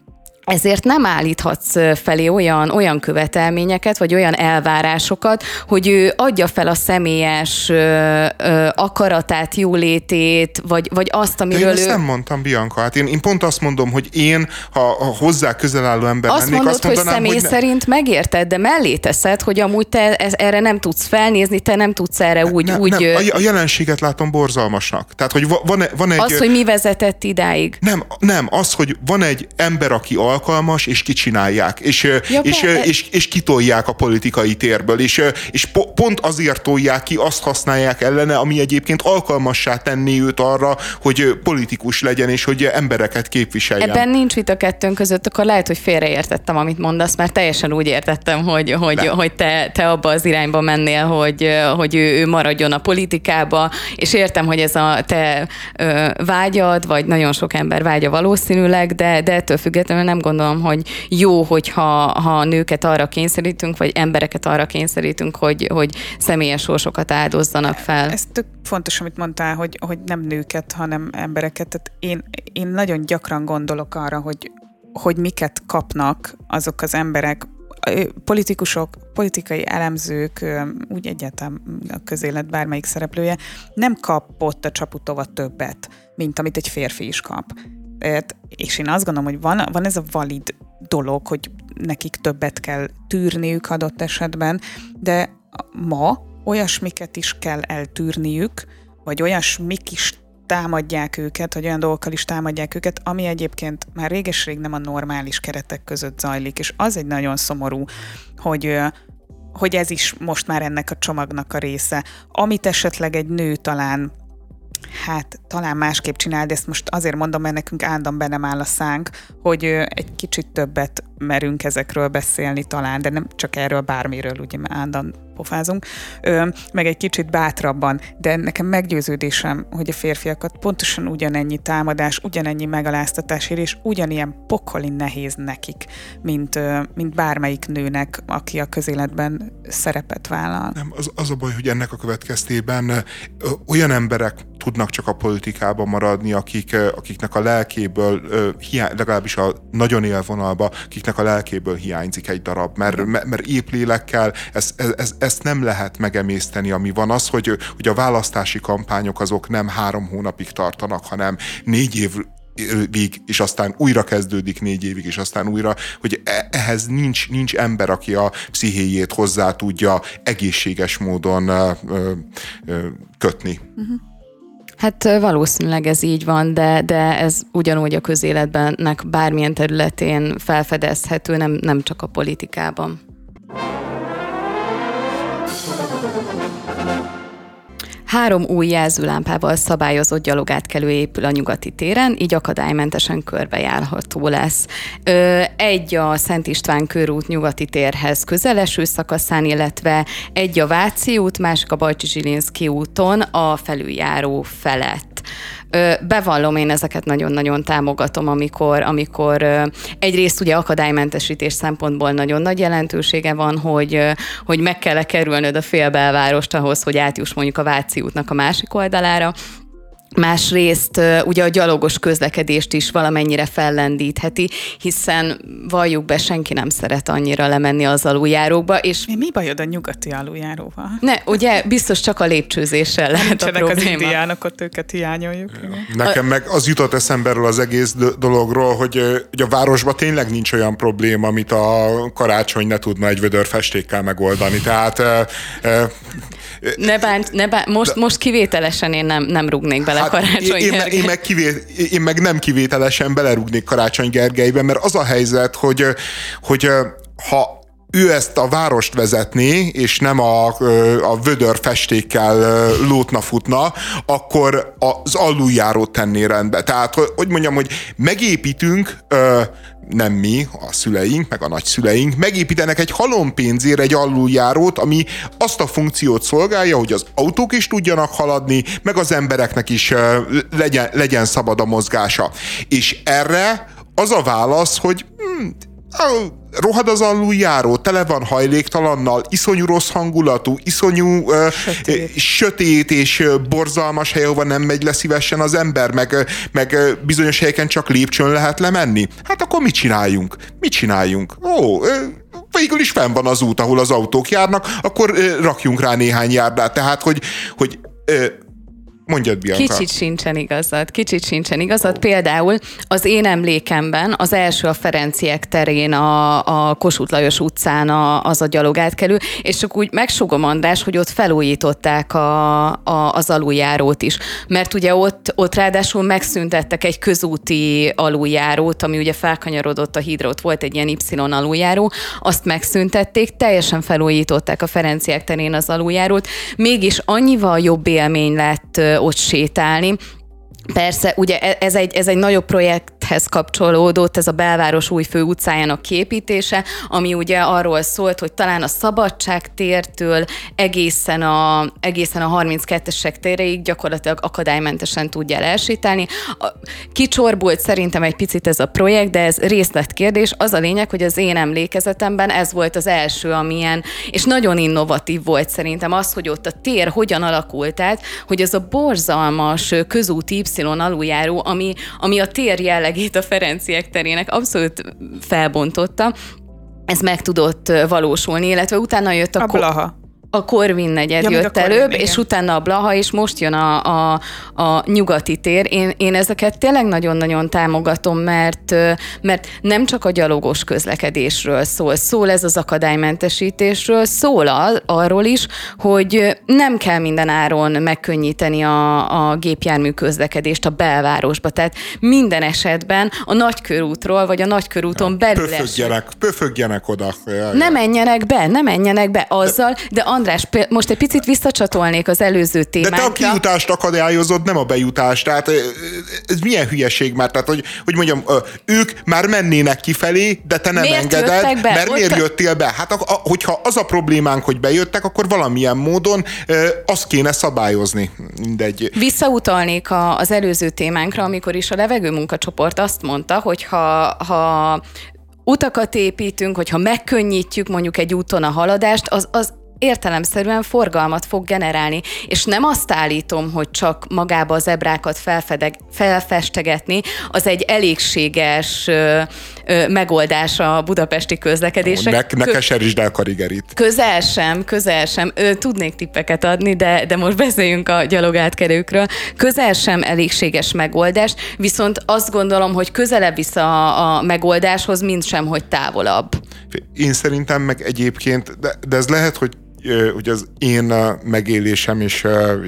ezért nem állíthatsz felé olyan követelményeket, vagy olyan elvárásokat, hogy ő adja fel a személyes akaratát, jólétét, vagy azt, amiről én ezt nem mondtam, Bianca. Hát én pont azt mondom, hogy én, ha hozzá közel álló ember azt lennék, mondod, azt mondanám, hogy személy szerint megérted, de mellé teszed, hogy amúgy te erre nem tudsz felnézni, te nem tudsz erre úgy... Nem, a jelenséget látom borzalmasnak. Tehát, hogy van egy... Az, hogy mi vezetett idáig. Nem, az, hogy van egy ember, aki alkalmas, és kicsinálják, és kitolják a politikai térből, és pont azért tolják ki, azt használják ellene, ami egyébként alkalmassá tenné őt arra, hogy politikus legyen, és hogy embereket képviseljen. Ebben nincs vita kettőnk között, akkor lehet, hogy félreértettem, amit mondasz, mert teljesen úgy értettem, hogy te abba az irányba mennél, hogy ő maradjon a politikába, és értem, hogy ez a te vágyad, vagy nagyon sok ember vágya valószínűleg, de ettől függetlenül nem gondolom, hogy jó, hogyha nőket arra kényszerítünk, vagy embereket arra kényszerítünk, hogy személyes sorsokat áldozzanak fel. Ez tök fontos, amit mondtál, hogy nem nőket, hanem embereket. Tehát én nagyon gyakran gondolok arra, hogy miket kapnak azok az emberek, politikusok, politikai elemzők, úgy egyáltalán a közélet bármelyik szereplője nem kapott a Csaputova többet, mint amit egy férfi is kap. És én azt gondolom, hogy van ez a valid dolog, hogy nekik többet kell tűrniük adott esetben, de ma olyasmiket is kell eltűrniük, vagy olyasmik is támadják őket, vagy olyan dolgokkal is támadják őket, ami egyébként már réges-rég nem a normális keretek között zajlik, és az egy nagyon szomorú, hogy ez is most már ennek a csomagnak a része. Amit esetleg egy nő talán másképp csinál, de ezt most azért mondom, mert nekünk állandóan be nem áll a szánk, hogy egy kicsit többet merünk ezekről beszélni talán, de nem csak erről, bármiről, ugye állandóan pofázunk, meg egy kicsit bátrabban, de nekem meggyőződésem, hogy a férfiakat pontosan ugyanennyi támadás, ugyanennyi megaláztatás ér, és ugyanilyen pokoli nehéz nekik, mint bármelyik nőnek, aki a közéletben szerepet vállal. Nem, az a baj, hogy ennek a következtében olyan emberek tudnak csak a politikában maradni, akiknek a lelkéből, legalábbis a nagyon élvonalba, akiknek a lelkéből hiányzik egy darab, mert épp lélekkel ezt nem lehet megemészteni, ami van. Az, hogy a választási kampányok azok nem 3 hónapig tartanak, hanem 4 évig, és aztán újra kezdődik 4 évig, és aztán újra, hogy ehhez nincs ember, aki a pszichéjét hozzá tudja egészséges módon kötni. Uh-huh. Hát valószínűleg ez így van, de ez ugyanúgy a közéletbennek bármilyen területén felfedezhető, nem csak a politikában. Három új jelzőlámpával szabályozott gyalogátkelő épül a Nyugati téren, így akadálymentesen körbejárható lesz. Egy a Szent István körút Nyugati térhez közeleső szakaszán, illetve egy a Váci út, másik a Bajcsy-Zsilinszky úton a felüljáró felett. Bevallom, én ezeket nagyon-nagyon támogatom, amikor egyrészt ugye akadálymentesítés szempontból nagyon nagy jelentősége van, hogy meg kell kerülnöd a félbelvárost ahhoz, hogy átjuss mondjuk a Váci útnak a másik oldalára. Másrészt ugye a gyalogos közlekedést is valamennyire fellendítheti, hiszen valljuk be, senki nem szeret annyira lemenni az aluljárókba. És mi bajod a nyugati aluljáróval? Ne, ugye biztos csak a lépcsőzéssel lehet a probléma. Az indiánok, ott őket hiányoljuk. Nekem meg az jutott eszembe erről az egész dologról, hogy a városban tényleg nincs olyan probléma, amit a Karácsony ne tudna egy vödörfestékkel megoldani. Tehát... Most kivételesen én nem rúgnék bele Karácsony Gergelybe. Én meg nem kivételesen belerúgnék Karácsony Gergelybe, mert az a helyzet, hogy ha ő ezt a várost vezetné, és nem a vödörfestékkel lótna-futna, akkor az aluljárót tenné rendbe. Tehát, hogy mondjam, hogy megépítünk, nem mi, a szüleink, meg a nagyszüleink, megépítenek egy halompénzért egy aluljárót, ami azt a funkciót szolgálja, hogy az autók is tudjanak haladni, meg az embereknek is legyen szabad a mozgása. És erre az a válasz, hogy rohad az aluljáró, tele van hajléktalannal, iszonyú rossz hangulatú, iszonyú sötét és borzalmas hely, ahova nem megy le szívesen az ember, meg bizonyos helyeken csak lépcsőn lehet lemenni. Hát akkor mit csináljunk? Végül is fenn van az út, ahol az autók járnak, akkor rakjunk rá néhány járdát. Tehát, hogy mondjad, Bianca. Kicsit sincsen igazad. Például az én emlékemben az első a Ferenciek terén, a Kossuth Lajos utcán az a gyalogátkelő, és csak úgy megsugom, András, hogy ott felújították az aluljárót is. Mert ugye ott ráadásul megszüntettek egy közúti aluljárót, ami ugye felkanyarodott a hídra, ott volt egy ilyen Y aluljáró, azt megszüntették, teljesen felújították a Ferenciek terén az aluljárót, mégis annyival jobb élmény lett ott sétálni. Persze, ugye ez egy nagyobb projekthez kapcsolódott, ez a belváros új főutcájának kiépítése, ami ugye arról szólt, hogy talán a Szabadságtértől egészen a 32-esek téréig gyakorlatilag akadálymentesen tudjál elsétálni. Kicsorbult szerintem egy picit ez a projekt, de ez részletkérdés. Az a lényeg, hogy az én emlékezetemben ez volt az első, amilyen, és nagyon innovatív volt szerintem az, hogy ott a tér hogyan alakult át, hogy az a borzalmas közúti Y aluljáró, ami a tér jellegét a Ferenciek terének abszolút felbontotta, ez meg tudott valósulni, illetve utána jött a Blaha. A Korvin negyed jött előbb, és utána a Blaha, és most jön a nyugati tér. Én ezeket tényleg nagyon-nagyon támogatom, mert nem csak a gyalogos közlekedésről szól ez az akadálymentesítésről, szól arról is, hogy nem kell minden áron megkönnyíteni a gépjármű közlekedést a belvárosba. Tehát minden esetben a Nagykörútról, vagy a Nagykörúton belül Pöfögjenek oda. Ne menjenek be azzal, de András, most egy picit visszacsatolnék az előző témánkra. De te a kijutást akadályozod, nem a bejutást. Tehát ez milyen hülyeség már? Tehát, hogy mondjam, ők már mennének kifelé, de te nem engeded, mert miért jöttél be? Hát hogyha az a problémánk, hogy bejöttek, akkor valamilyen módon azt kéne szabályozni. Mindegy. Visszautalnék az előző témánkra, amikor is a levegőmunkacsoport azt mondta, hogy ha utakat építünk, hogyha megkönnyítjük mondjuk egy úton a haladást, az értelemszerűen forgalmat fog generálni. És nem azt állítom, hogy csak magába a zebrákat felfestegetni, az egy elégséges megoldás a budapesti közlekedésre. Ne keserítsd el Karigerit. Közel sem. Tudnék tippeket adni, de most beszéljünk a gyalogátkelőkről. Közel sem elégséges megoldás, viszont azt gondolom, hogy közelebb visz a megoldáshoz, mint sem, hogy távolabb. Én szerintem meg egyébként, de ez lehet, hogy az én megélésem és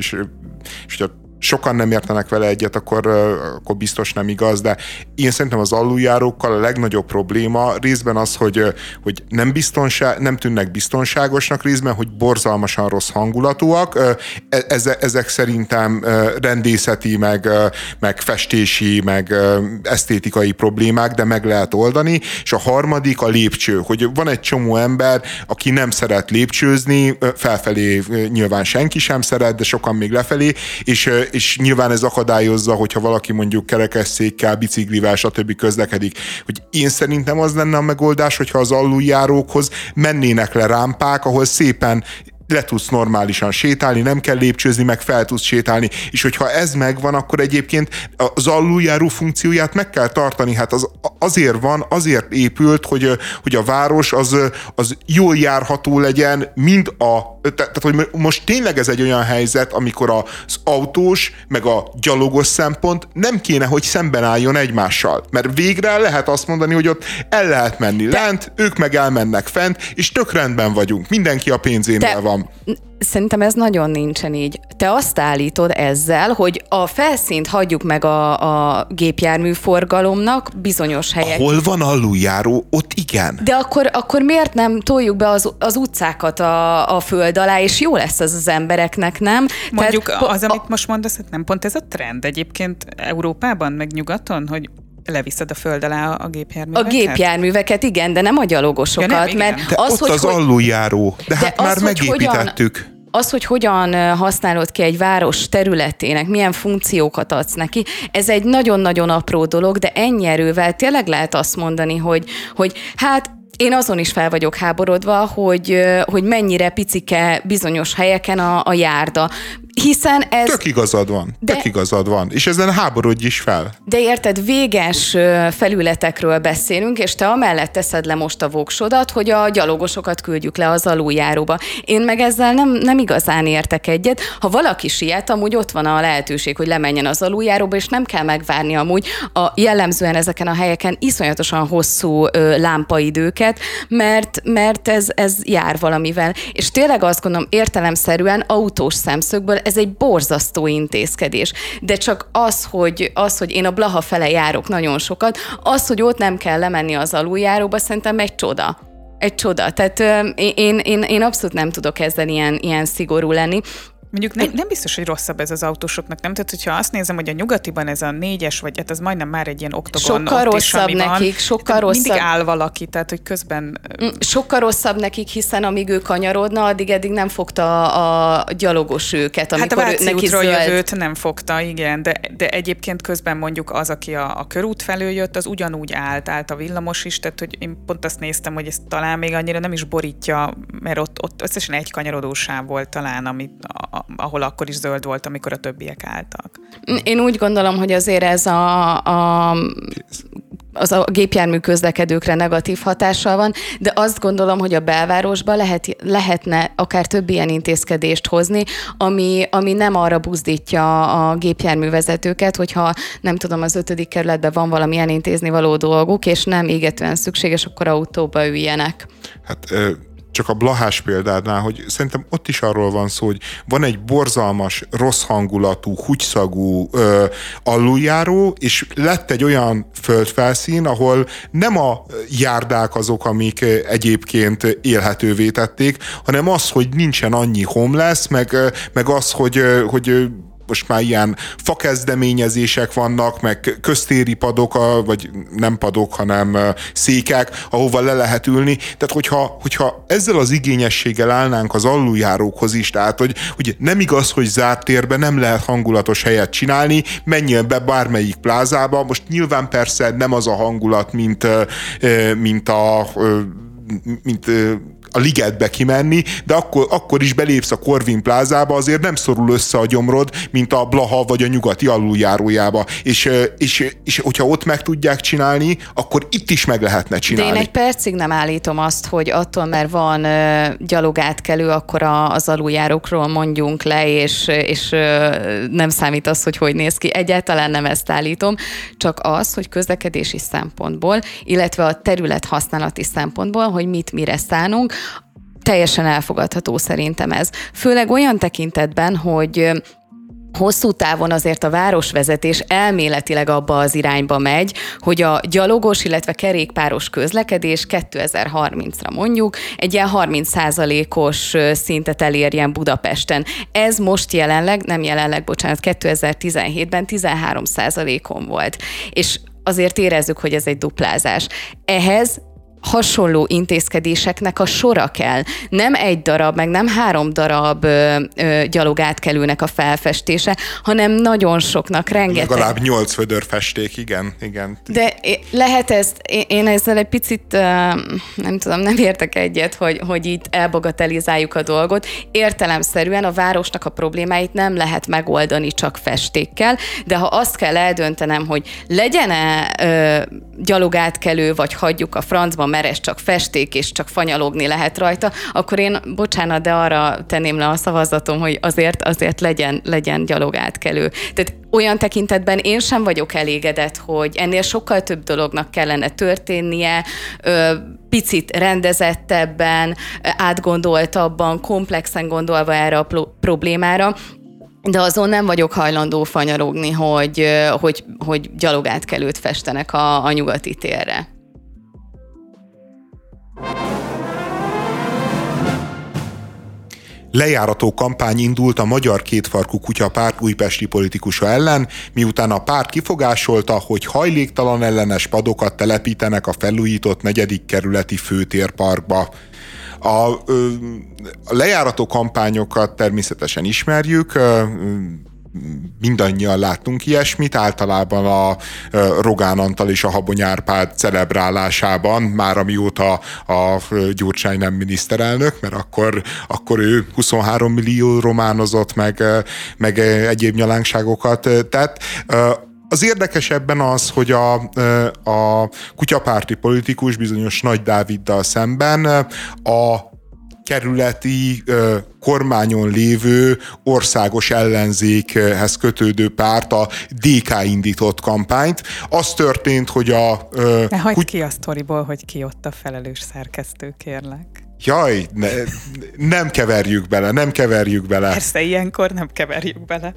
sokan nem értenek vele egyet, akkor biztos nem igaz, de én szerintem az aluljárókkal a legnagyobb probléma részben az, hogy nem tűnnek biztonságosnak, részben, hogy borzalmasan rossz hangulatúak. Ezek szerintem rendészeti, meg festési, meg esztétikai problémák, de meg lehet oldani. És a harmadik a lépcső, hogy van egy csomó ember, aki nem szeret lépcsőzni, felfelé nyilván senki sem szeret, de sokan még lefelé, és nyilván ez akadályozza, hogyha valaki mondjuk kerekesszékkel, biciklivel, stb. Közlekedik. Hogy én szerintem az lenne a megoldás, hogyha az aluljárókhoz mennének le rámpák, ahol szépen le tudsz normálisan sétálni, nem kell lépcsőzni, meg fel tudsz sétálni, és hogyha ez megvan, akkor egyébként az aluljáró funkcióját meg kell tartani, hát az azért épült, hogy a város az jól járható legyen, tehát hogy most tényleg ez egy olyan helyzet, amikor az autós, meg a gyalogos szempont nem kéne, hogy szemben álljon egymással, mert végre lehet azt mondani, hogy ott el lehet menni lent, ők meg elmennek fent, és tök rendben vagyunk, mindenki a pénzénél van. Szerintem ez nagyon nincsen így. Te azt állítod ezzel, hogy a felszínt hagyjuk meg a gépjárműforgalomnak bizonyos helyek. Hol van aluljáró, ott igen. De akkor miért nem toljuk be az utcákat a föld alá, és jó lesz az embereknek, nem? Mondjuk amit most mondasz, nem pont ez a trend egyébként Európában, meg nyugaton, hogy leviszed a föld alá a gépjárműveket? A gépjárműveket, igen, de nem a gyalogosokat. Ja, nem, mert de ott az aluljáró, de hát már megépítettük. Az, hogy hogyan használod ki egy város területének, milyen funkciókat adsz neki, ez egy nagyon-nagyon apró dolog, de ennyi erővel tényleg lehet azt mondani, hogy hát én azon is fel vagyok háborodva, hogy mennyire picike bizonyos helyeken a járda. Hiszen ez... Tök igazad van. És ezen háborodj is fel. De érted, véges felületekről beszélünk, és te amellett teszed le most a voksodat, hogy a gyalogosokat küldjük le az aluljáróba. Én meg ezzel nem igazán értek egyet. Ha valaki siet, amúgy ott van a lehetőség, hogy lemenjen az aluljáróba, és nem kell megvárni amúgy jellemzően ezeken a helyeken iszonyatosan hosszú lámpaidőket, mert ez jár valamivel. És tényleg azt gondolom, értelemszerűen autós szemszögből ez egy borzasztó intézkedés. De csak az, hogy én a Blaha fele járok nagyon sokat, az, hogy ott nem kell lemenni az aluljáróba, szerintem egy csoda. Egy csoda. Tehát én abszolút nem tudok ezzel ilyen szigorú lenni. Mondjuk nem biztos, hogy rosszabb ez az autósoknak, nem? Tehát, hogyha azt nézem, hogy a nyugatiban ez a 4-es, vagy hát ez majdnem már egy ilyen oktogon. Sokkal rosszabb nekik, sokkal rosszabb. Mindig áll valaki, tehát, hogy közben... Sokkal rosszabb nekik, hiszen amíg ő kanyarodna, eddig nem fogta a gyalogos őket, amikor hát a neki útról jövőt nem fogta, igen, de egyébként közben mondjuk az, aki a körút felől jött, az ugyanúgy állt a villamos is, tehát, hogy én pont azt néztem, hogy ez talán még annyira nem is borítja, mert ott összesen egy kanyarodósáv volt talán, ahol akkor is zöld volt, amikor a többiek álltak. Én úgy gondolom, hogy azért ez az a gépjármű közlekedőkre negatív hatással van, de azt gondolom, hogy a belvárosban lehetne akár több ilyen intézkedést hozni, ami nem arra buzdítja a gépjárművezetőket, hogyha nem tudom, az 5. kerületben van valamilyen intézni való dolguk, és nem égetően szükséges, akkor autóba üljenek. Hát... Csak a Blahás példádnál, hogy szerintem ott is arról van szó, hogy van egy borzalmas, rossz hangulatú, húgyszagú aluljáró, és lett egy olyan földfelszín, ahol nem a járdák azok, amik egyébként élhetővé tették, hanem az, hogy nincsen annyi homeless, meg az, hogy most már ilyen fakezdeményezések vannak, meg köztéri padok, vagy nem padok, hanem székek, ahova le lehet ülni. Tehát, hogyha ezzel az igényességgel állnánk az aluljárókhoz is, tehát, hogy nem igaz, hogy zárt térben nem lehet hangulatos helyet csinálni, menjen be bármelyik plázába. Most nyilván persze nem az a hangulat, mint a Ligetbe kimenni, de akkor is belépsz a Corvin plázába, azért nem szorul össze a gyomrod, mint a Blaha vagy a nyugati aluljárójába. És hogyha ott meg tudják csinálni, akkor itt is meg lehetne csinálni. De én egy percig nem állítom azt, hogy attól, mert van gyalogátkelő, akkor az aluljárókról mondjunk le, és nem számít az, hogy néz ki. Egyáltalán nem ezt állítom, csak az, hogy közlekedési szempontból, illetve a terület használati szempontból, hogy mit mire szánunk, teljesen elfogadható szerintem ez. Főleg olyan tekintetben, hogy hosszú távon azért a városvezetés elméletileg abba az irányba megy, hogy a gyalogos, illetve kerékpáros közlekedés 2030-ra mondjuk egy ilyen 30%-os szintet elérjen Budapesten. Ez most jelenleg 2017-ben 13%-on volt. És azért érezzük, hogy ez egy duplázás. Ehhez hasonló intézkedéseknek a sora kell. Nem egy darab, meg nem 3 darab gyalogátkelőnek a felfestése, hanem nagyon soknak, rengeteg. Legalább 8 vödörfesték, igen. De lehet ezt, én ezzel egy picit, nem tudom, nem értek egyet, hogy így elbagatelizáljuk a dolgot. Értelemszerűen a városnak a problémáit nem lehet megoldani csak festékkel, de ha azt kell eldöntenem, hogy legyen-e gyalogátkelő, vagy hagyjuk a francba, mert ez csak festék, és csak fanyalogni lehet rajta, akkor én, bocsánat, de arra tenném le a szavazatom, hogy azért legyen gyalogátkelő. Tehát olyan tekintetben én sem vagyok elégedett, hogy ennél sokkal több dolognak kellene történnie, picit rendezettebben, átgondoltabban, komplexen gondolva erre a problémára, de azon nem vagyok hajlandó fanyarogni, hogy gyalogátkelőt festenek a nyugati térre. Lejárató kampány indult a Magyar Kétfarkú Kutyapárt újpesti politikusa ellen, miután a párt kifogásolta, hogy hajléktalan ellenes padokat telepítenek a felújított 4. kerületi főtérparkba. A lejárató kampányokat természetesen ismerjük, mindannyian láttunk ilyesmit, általában a Rogán Antal és a Habony Árpád celebrálásában, már amióta a Gyurcsány nem miniszterelnök, mert akkor ő 23 millió románozott, meg egyéb nyalánkságokat tett. Az érdekes ebben az, hogy a kutyapárti politikus bizonyos Nagy Dáviddal szemben a kerületi kormányon lévő országos ellenzékhez kötődő párt, a DK indított kampányt. Az történt, hogy Ne hagyd ki a sztoriból, hogy ki ott a felelős szerkesztő, kérlek. Jaj, nem keverjük bele. Persze, ilyenkor nem keverjük bele.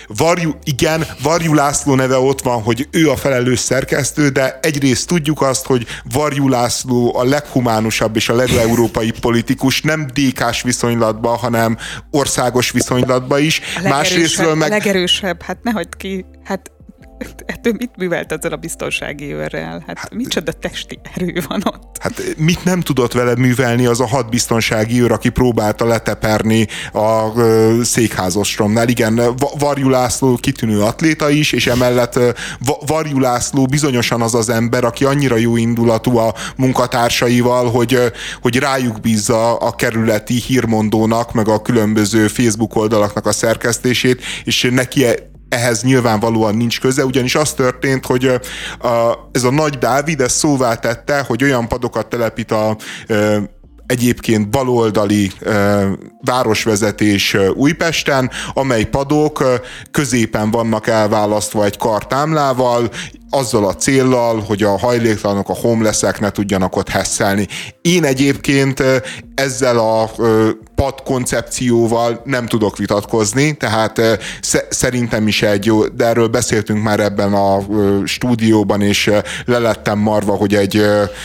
Varjú László neve ott van, hogy ő a felelős szerkesztő, de egyrészt tudjuk azt, hogy Varjú László a leghumánusabb és a legeurópai politikus, nem DK-s viszonylatban, hanem országos viszonylatban is. A legerősebb, hát ne hagyd ki, hát ettől mit művelt ezzel a biztonsági őrrel? Hát micsoda testi erő van ott? Hát mit nem tudott vele művelni az a 6 biztonsági őr, aki próbálta leteperni a székházostromnál. Igen, Varjú László kitűnő atléta is, és emellett Varjú László bizonyosan az az ember, aki annyira jó indulatú a munkatársaival, hogy rájuk bízza a kerületi hírmondónak, meg a különböző Facebook oldalaknak a szerkesztését, és neki ehhez nyilvánvalóan nincs köze, ugyanis az történt, hogy ez a Nagy Dávid ezt szóvá tette, hogy olyan padokat telepít a egyébként baloldali városvezetés Újpesten, amely padok középen vannak elválasztva egy kartámlával, azzal a céllal, hogy a hajléktalanok, a homelessek ne tudjanak ott hesszelni. Én egyébként ezzel a pad koncepcióval nem tudok vitatkozni, tehát szerintem is egy jó, de erről beszéltünk már ebben a stúdióban, és lelettem marva, hogy egy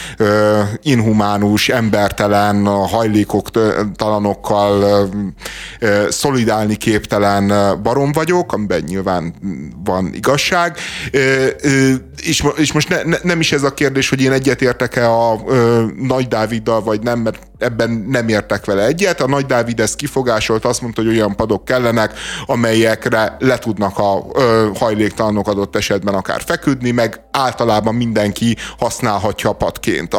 inhumánus, embertelen, hajléktalanokkal szolidálni képtelen barom vagyok, amiben nyilván van igazság, és most nem is ez a kérdés, hogy én egyetértek-e a Nagy Dáviddal, vagy nem, mert ebben nem értek vele egyet. A Nagy Dávid ezt kifogásolt, azt mondta, hogy olyan padok kellenek, amelyekre le tudnak a hajléktalanok adott esetben akár feküdni, meg általában mindenki használhatja padként.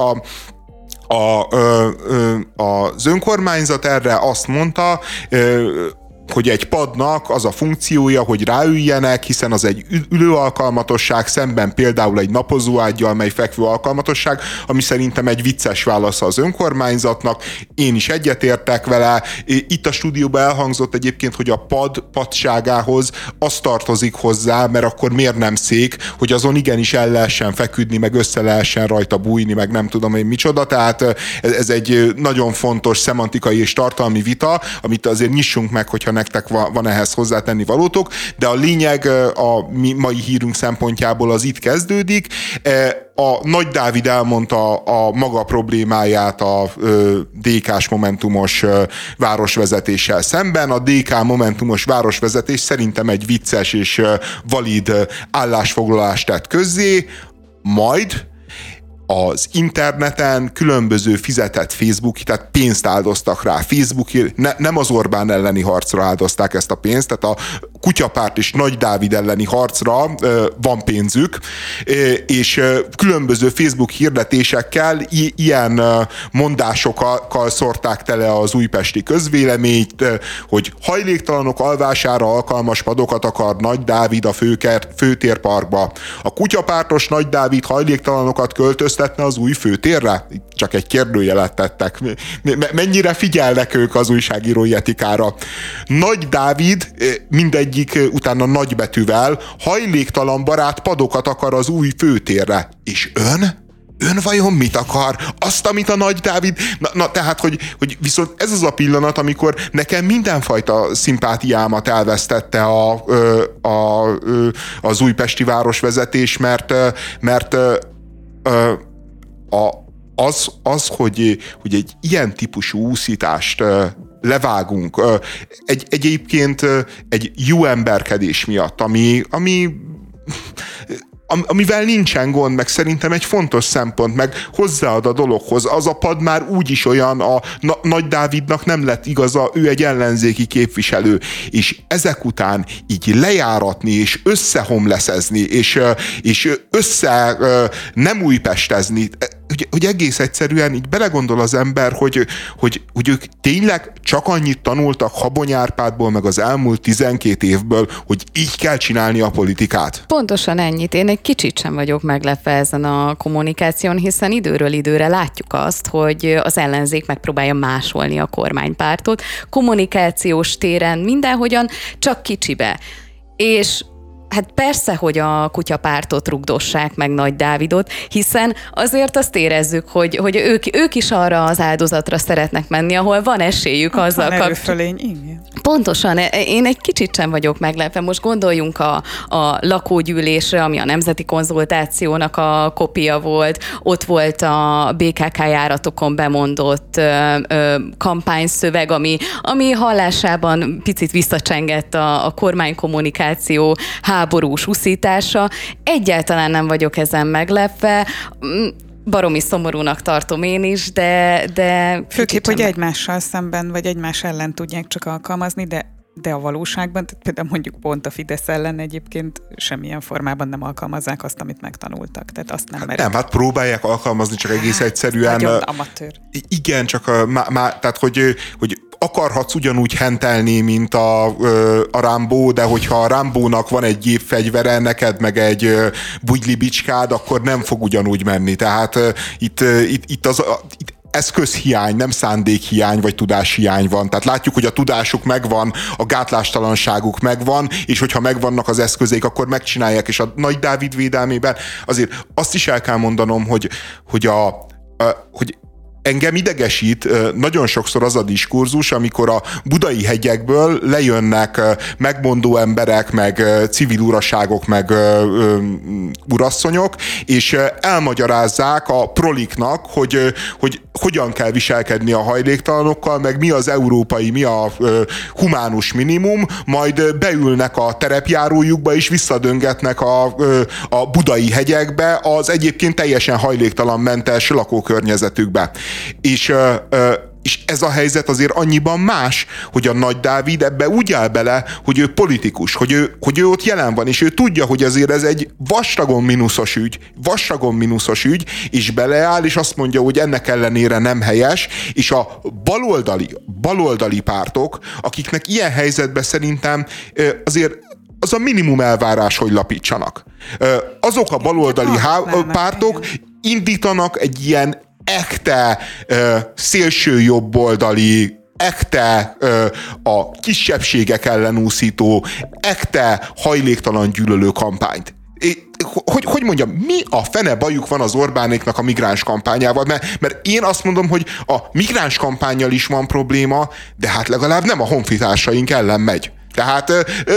Az önkormányzat erre azt mondta, hogy egy padnak az a funkciója, hogy ráüljenek, hiszen az egy ülőalkalmatosság, szemben például egy napozóággyal, mely fekvő alkalmatosság, ami szerintem egy vicces válasz az önkormányzatnak. Én is egyetértek vele. Itt a stúdióban elhangzott egyébként, hogy a padságához az tartozik hozzá, mert akkor miért nem szék, hogy azon igenis el lehessen feküdni, meg össze lehessen rajta bújni, meg nem tudom én micsoda. Tehát ez egy nagyon fontos szemantikai és tartalmi vita, amit azért nyissunk meg, hogyha nektek van ehhez hozzátenni valótok, de a lényeg a mai hírünk szempontjából az itt kezdődik. A Nagy Dávid elmondta a maga problémáját a DK-s momentumos városvezetéssel szemben. A DK momentumos városvezetés szerintem egy vicces és valid állásfoglalást tett közzé, majd az interneten különböző fizetett Facebook, tehát pénzt áldoztak rá. Nem az Orbán elleni harcra áldozták ezt a pénzt, tehát a kutyapárt és Nagy Dávid elleni harcra van pénzük, és különböző Facebook hirdetésekkel, ilyen mondásokkal szórták tele az újpesti közvéleményt, hogy hajléktalanok alvására alkalmas padokat akar Nagy Dávid a főtérparkba. A kutyapártos Nagy Dávid hajléktalanokat költöztetne az új főtérre? Csak egy kérdőjelet tettek. Mennyire figyelnek ők az újságírói etikára? Nagy Dávid mindegyik utána nagybetűvel hajléktalan barát padokat akar az új főtérre. És ön? Ön vajon mit akar? Azt, amit a Nagy Dávid... Tehát, hogy viszont ez az a pillanat, amikor nekem mindenfajta szimpátiámat elvesztette az újpesti városvezetés, mert hogy egy ilyen típusú úszítást levágunk egyébként egy jó emberkedés miatt, ami amivel nincsen gond, meg szerintem egy fontos szempont, meg hozzáad a dologhoz. Az a pad már úgyis olyan, a Nagy Dávidnak nem lett igaza, ő egy ellenzéki képviselő, és ezek után így lejáratni, és összehomleszezni, és össze nem újpestezni, hogy egész egyszerűen így belegondol az ember, hogy ők tényleg csak annyit tanultak Habony Árpádból, meg az elmúlt 12 évből, hogy így kell csinálni a politikát. Pontosan ennyit. Én egy kicsit sem vagyok meglepve ezen a kommunikáción, hiszen időről időre látjuk azt, hogy az ellenzék megpróbálja másolni a kormánypártot, kommunikációs téren mindenhogyan, csak kicsibe. És hát persze, hogy a kutyapártot rugdossák meg Nagy Dávidot, hiszen azért azt érezzük, hogy ők is arra az áldozatra szeretnek menni, ahol van esélyük azzal kapcsolatban. Pontosan, én egy kicsit sem vagyok meglepve. Most gondoljunk a lakógyűlésre, ami a nemzeti konzultációnak a kopia volt, ott volt a BKK járatokon bemondott kampányszöveg, ami hallásában picit visszacsengett a kormánykommunikáció háborús uszítása. Egyáltalán nem vagyok ezen meglepve. Baromi szomorúnak tartom én is, de főképp, hogy egymással szemben, vagy egymás ellen tudják csak alkalmazni, de a valóságban, tehát például mondjuk pont a Fidesz ellen egyébként semmilyen formában nem alkalmazzák azt, amit megtanultak. Tehát azt nem merik. Nem, hát próbálják alkalmazni, csak egész egyszerűen... Nagyon amatőr. Igen, csak tehát, hogy akarhatsz ugyanúgy hentelni, mint a Rambo, de hogyha a Rambónak van egy gépfegyvere, neked meg egy bugylibicskád, akkor nem fog ugyanúgy menni. Tehát itt eszközhiány, nem szándékhiány vagy tudáshiány van. Tehát látjuk, hogy a tudásuk megvan, a gátlástalanságuk megvan, és hogyha megvannak az eszközeik, akkor megcsinálják. És a Nagy Dávid védelmében azért azt is el kell mondanom, hogy engem idegesít nagyon sokszor az a diskurzus, amikor a budai hegyekből lejönnek megmondó emberek, meg civil uraságok, meg urasszonyok, és elmagyarázzák a proliknak, hogy hogyan kell viselkedni a hajléktalanokkal, meg mi az európai, mi a humánus minimum, majd beülnek a terepjárójukba, és visszadöngetnek a budai hegyekbe az egyébként teljesen hajléktalanmentes lakókörnyezetükbe. És ez a helyzet azért annyiban más, hogy a Nagy Dávid ebbe úgy áll bele, hogy ő politikus, hogy ő ott jelen van, és ő tudja, hogy azért ez egy vastagon mínuszos ügy, és beleáll, és azt mondja, hogy ennek ellenére nem helyes, és a baloldali pártok, akiknek ilyen helyzetben szerintem azért az a minimum elvárás, hogy lapítsanak. Azok a baloldali pártok indítanak egy ilyen ekte szélsőjobboldali, ekte a kisebbségek ellen úszító, ekte hajléktalan gyűlölő kampányt. Hogy mondjam, mi a fene bajuk van az Orbánéknak a migráns kampányával? Mert én azt mondom, hogy a migráns kampánnyal is van probléma, de hát legalább nem a honfitársaink ellen megy. Tehát,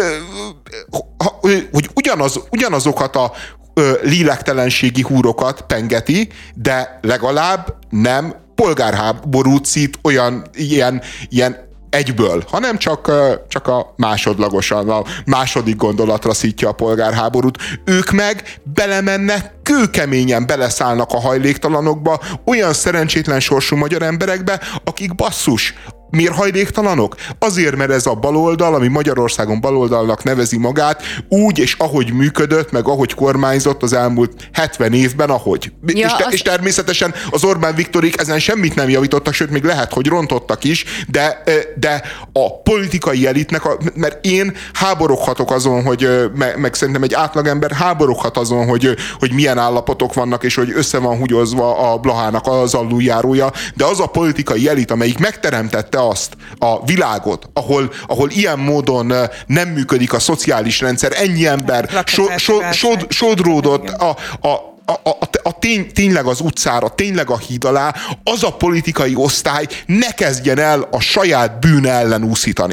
hogy ugyanazokat a lélektelenségi húrokat pengeti, de legalább nem polgárháborút szít ilyen egyből, hanem csak a másodlagosan, a második gondolatra szítja a polgárháborút. Ők meg belemennek, kőkeményen beleszállnak a hajléktalanokba, olyan szerencsétlen sorsú magyar emberekbe, akik basszus, miért hajléktalanok? Azért, mert ez a baloldal, ami Magyarországon baloldalnak nevezi magát, úgy és ahogy működött, meg ahogy kormányzott az elmúlt 70 évben, ahogy. Ja, és természetesen az Orbán Viktorik ezen semmit nem javítottak, sőt, még lehet, hogy rontottak is, de a politikai elitnek, mert én háboroghatok azon, hogy meg szerintem egy átlagember háboroghat azon, hogy milyen állapotok vannak, és hogy össze van húgyozva a Blahának az aluljárója, de az a politikai elit, amelyik megteremtette azt a világot, ahol ilyen módon nem működik a szociális rendszer, ennyi ember sodródott tényleg az utcára, tényleg a híd alá, az a politikai osztály ne kezdjen el a saját bűne ellen úszítani.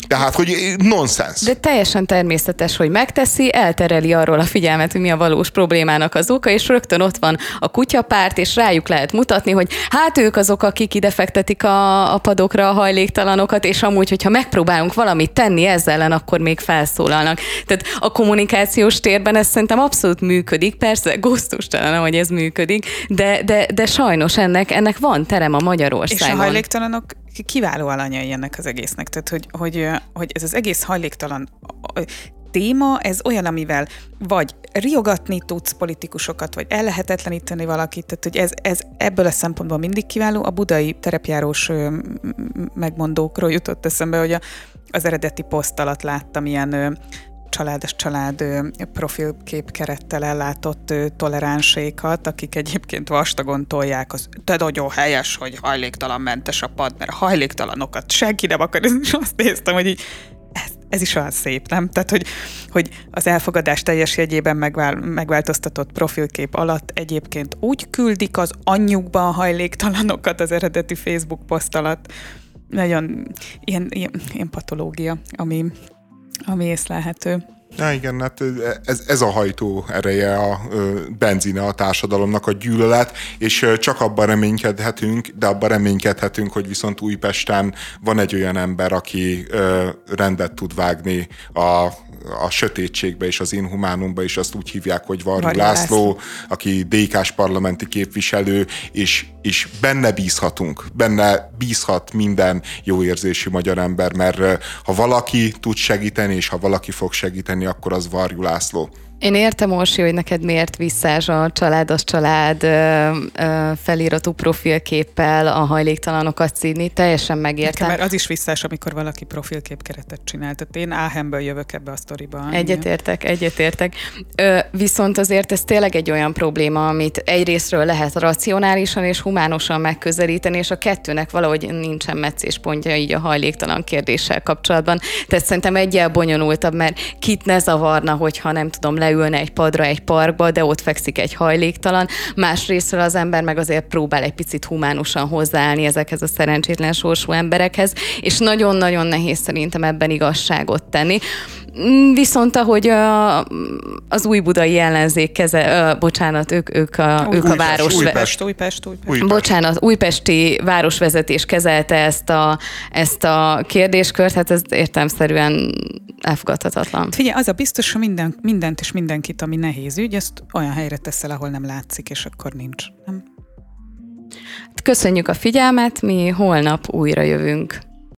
Tehát, hogy nonsens. De teljesen természetes, hogy megteszi, eltereli arról a figyelmet, hogy mi a valós problémának az oka, és rögtön ott van a kutyapárt, és rájuk lehet mutatni, hogy hát ők azok, akik idefektetik a padokra a hajléktalanokat, és amúgy, hogyha megpróbálunk valamit tenni ezzel ellen, akkor még felszólalnak. Tehát a kommunikációs térben ez szerintem abszolút működik, persze gusztustalan, hogy ez működik, de sajnos ennek van terem a Magyarországon. És a hajléktalanok kiváló alanyai ennek az egésznek. Tehát, hogy ez az egész hajléktalan téma, ez olyan, amivel vagy riogatni tudsz politikusokat, vagy ellehetetleníteni valakit, tehát hogy ez ebből a szempontból mindig kiváló. A budai terepjárós megmondókról jutott eszembe, hogy az eredeti poszt alatt láttam ilyen családos család profilkép kerettel ellátott toleránsékat, akik egyébként vastagon tolják te nagyon helyes, hogy hajléktalanmentes a pad, mert a hajléktalanokat senki nem akar, és azt néztem, hogy így ez is olyan szép, nem? Tehát, hogy az elfogadás teljes jegyében megváltoztatott profilkép alatt egyébként úgy küldik az anyjukba a hajléktalanokat az eredeti Facebook poszt alatt. Nagyon ilyen patológia, ami észlelhető. Ja, igen, hát ez a hajtó ereje, a benzine a társadalomnak, a gyűlölet, és csak abban reménykedhetünk, hogy viszont Újpesten van egy olyan ember, aki rendet tud vágni a sötétségbe és az inhumánumba, és azt úgy hívják, hogy Varjú László, aki DK-s parlamenti képviselő, és benne bízhat minden jóérzésű magyar ember, mert ha valaki tud segíteni, és ha valaki fog segíteni, akkor az Varjú László. Én értem, Orsi, hogy neked miért visszás a családos család feliratú profilképpel a hajléktalanokat szídni. Teljesen megértem. Mert az is visszás, amikor valaki profilképkeretet csinál. Tehát én Áhenből jövök ebbe a sztoriba. Egyetértek. Viszont azért ez tényleg egy olyan probléma, amit egyrésztről lehet racionálisan és humánosan megközelíteni, és a kettőnek valahogy nincsen meccéspontja így a hajléktalan kérdéssel kapcsolatban. Tehát szerintem egyel bonyolultabb, mert kit ne zavarna, hogyha nem tudom, leülne egy padra egy parkba, de ott fekszik egy hajléktalan. Másrésztről az ember meg azért próbál egy picit humánusan hozzáállni ezekhez a szerencsétlen sorsú emberekhez, és nagyon-nagyon nehéz szerintem ebben igazságot tenni. Viszont ahogy az új budai ellenzék ők a újpesti városvezetés kezelte ezt a kérdéskört, hát ez értelemszerűen elfogadhatatlan. Figyelj, az a biztos, hogy mindent és mindenkit, ami nehéz ügy, ezt olyan helyre teszel, ahol nem látszik, és akkor nincs. Nem? Köszönjük a figyelmet, mi holnap újra jövünk.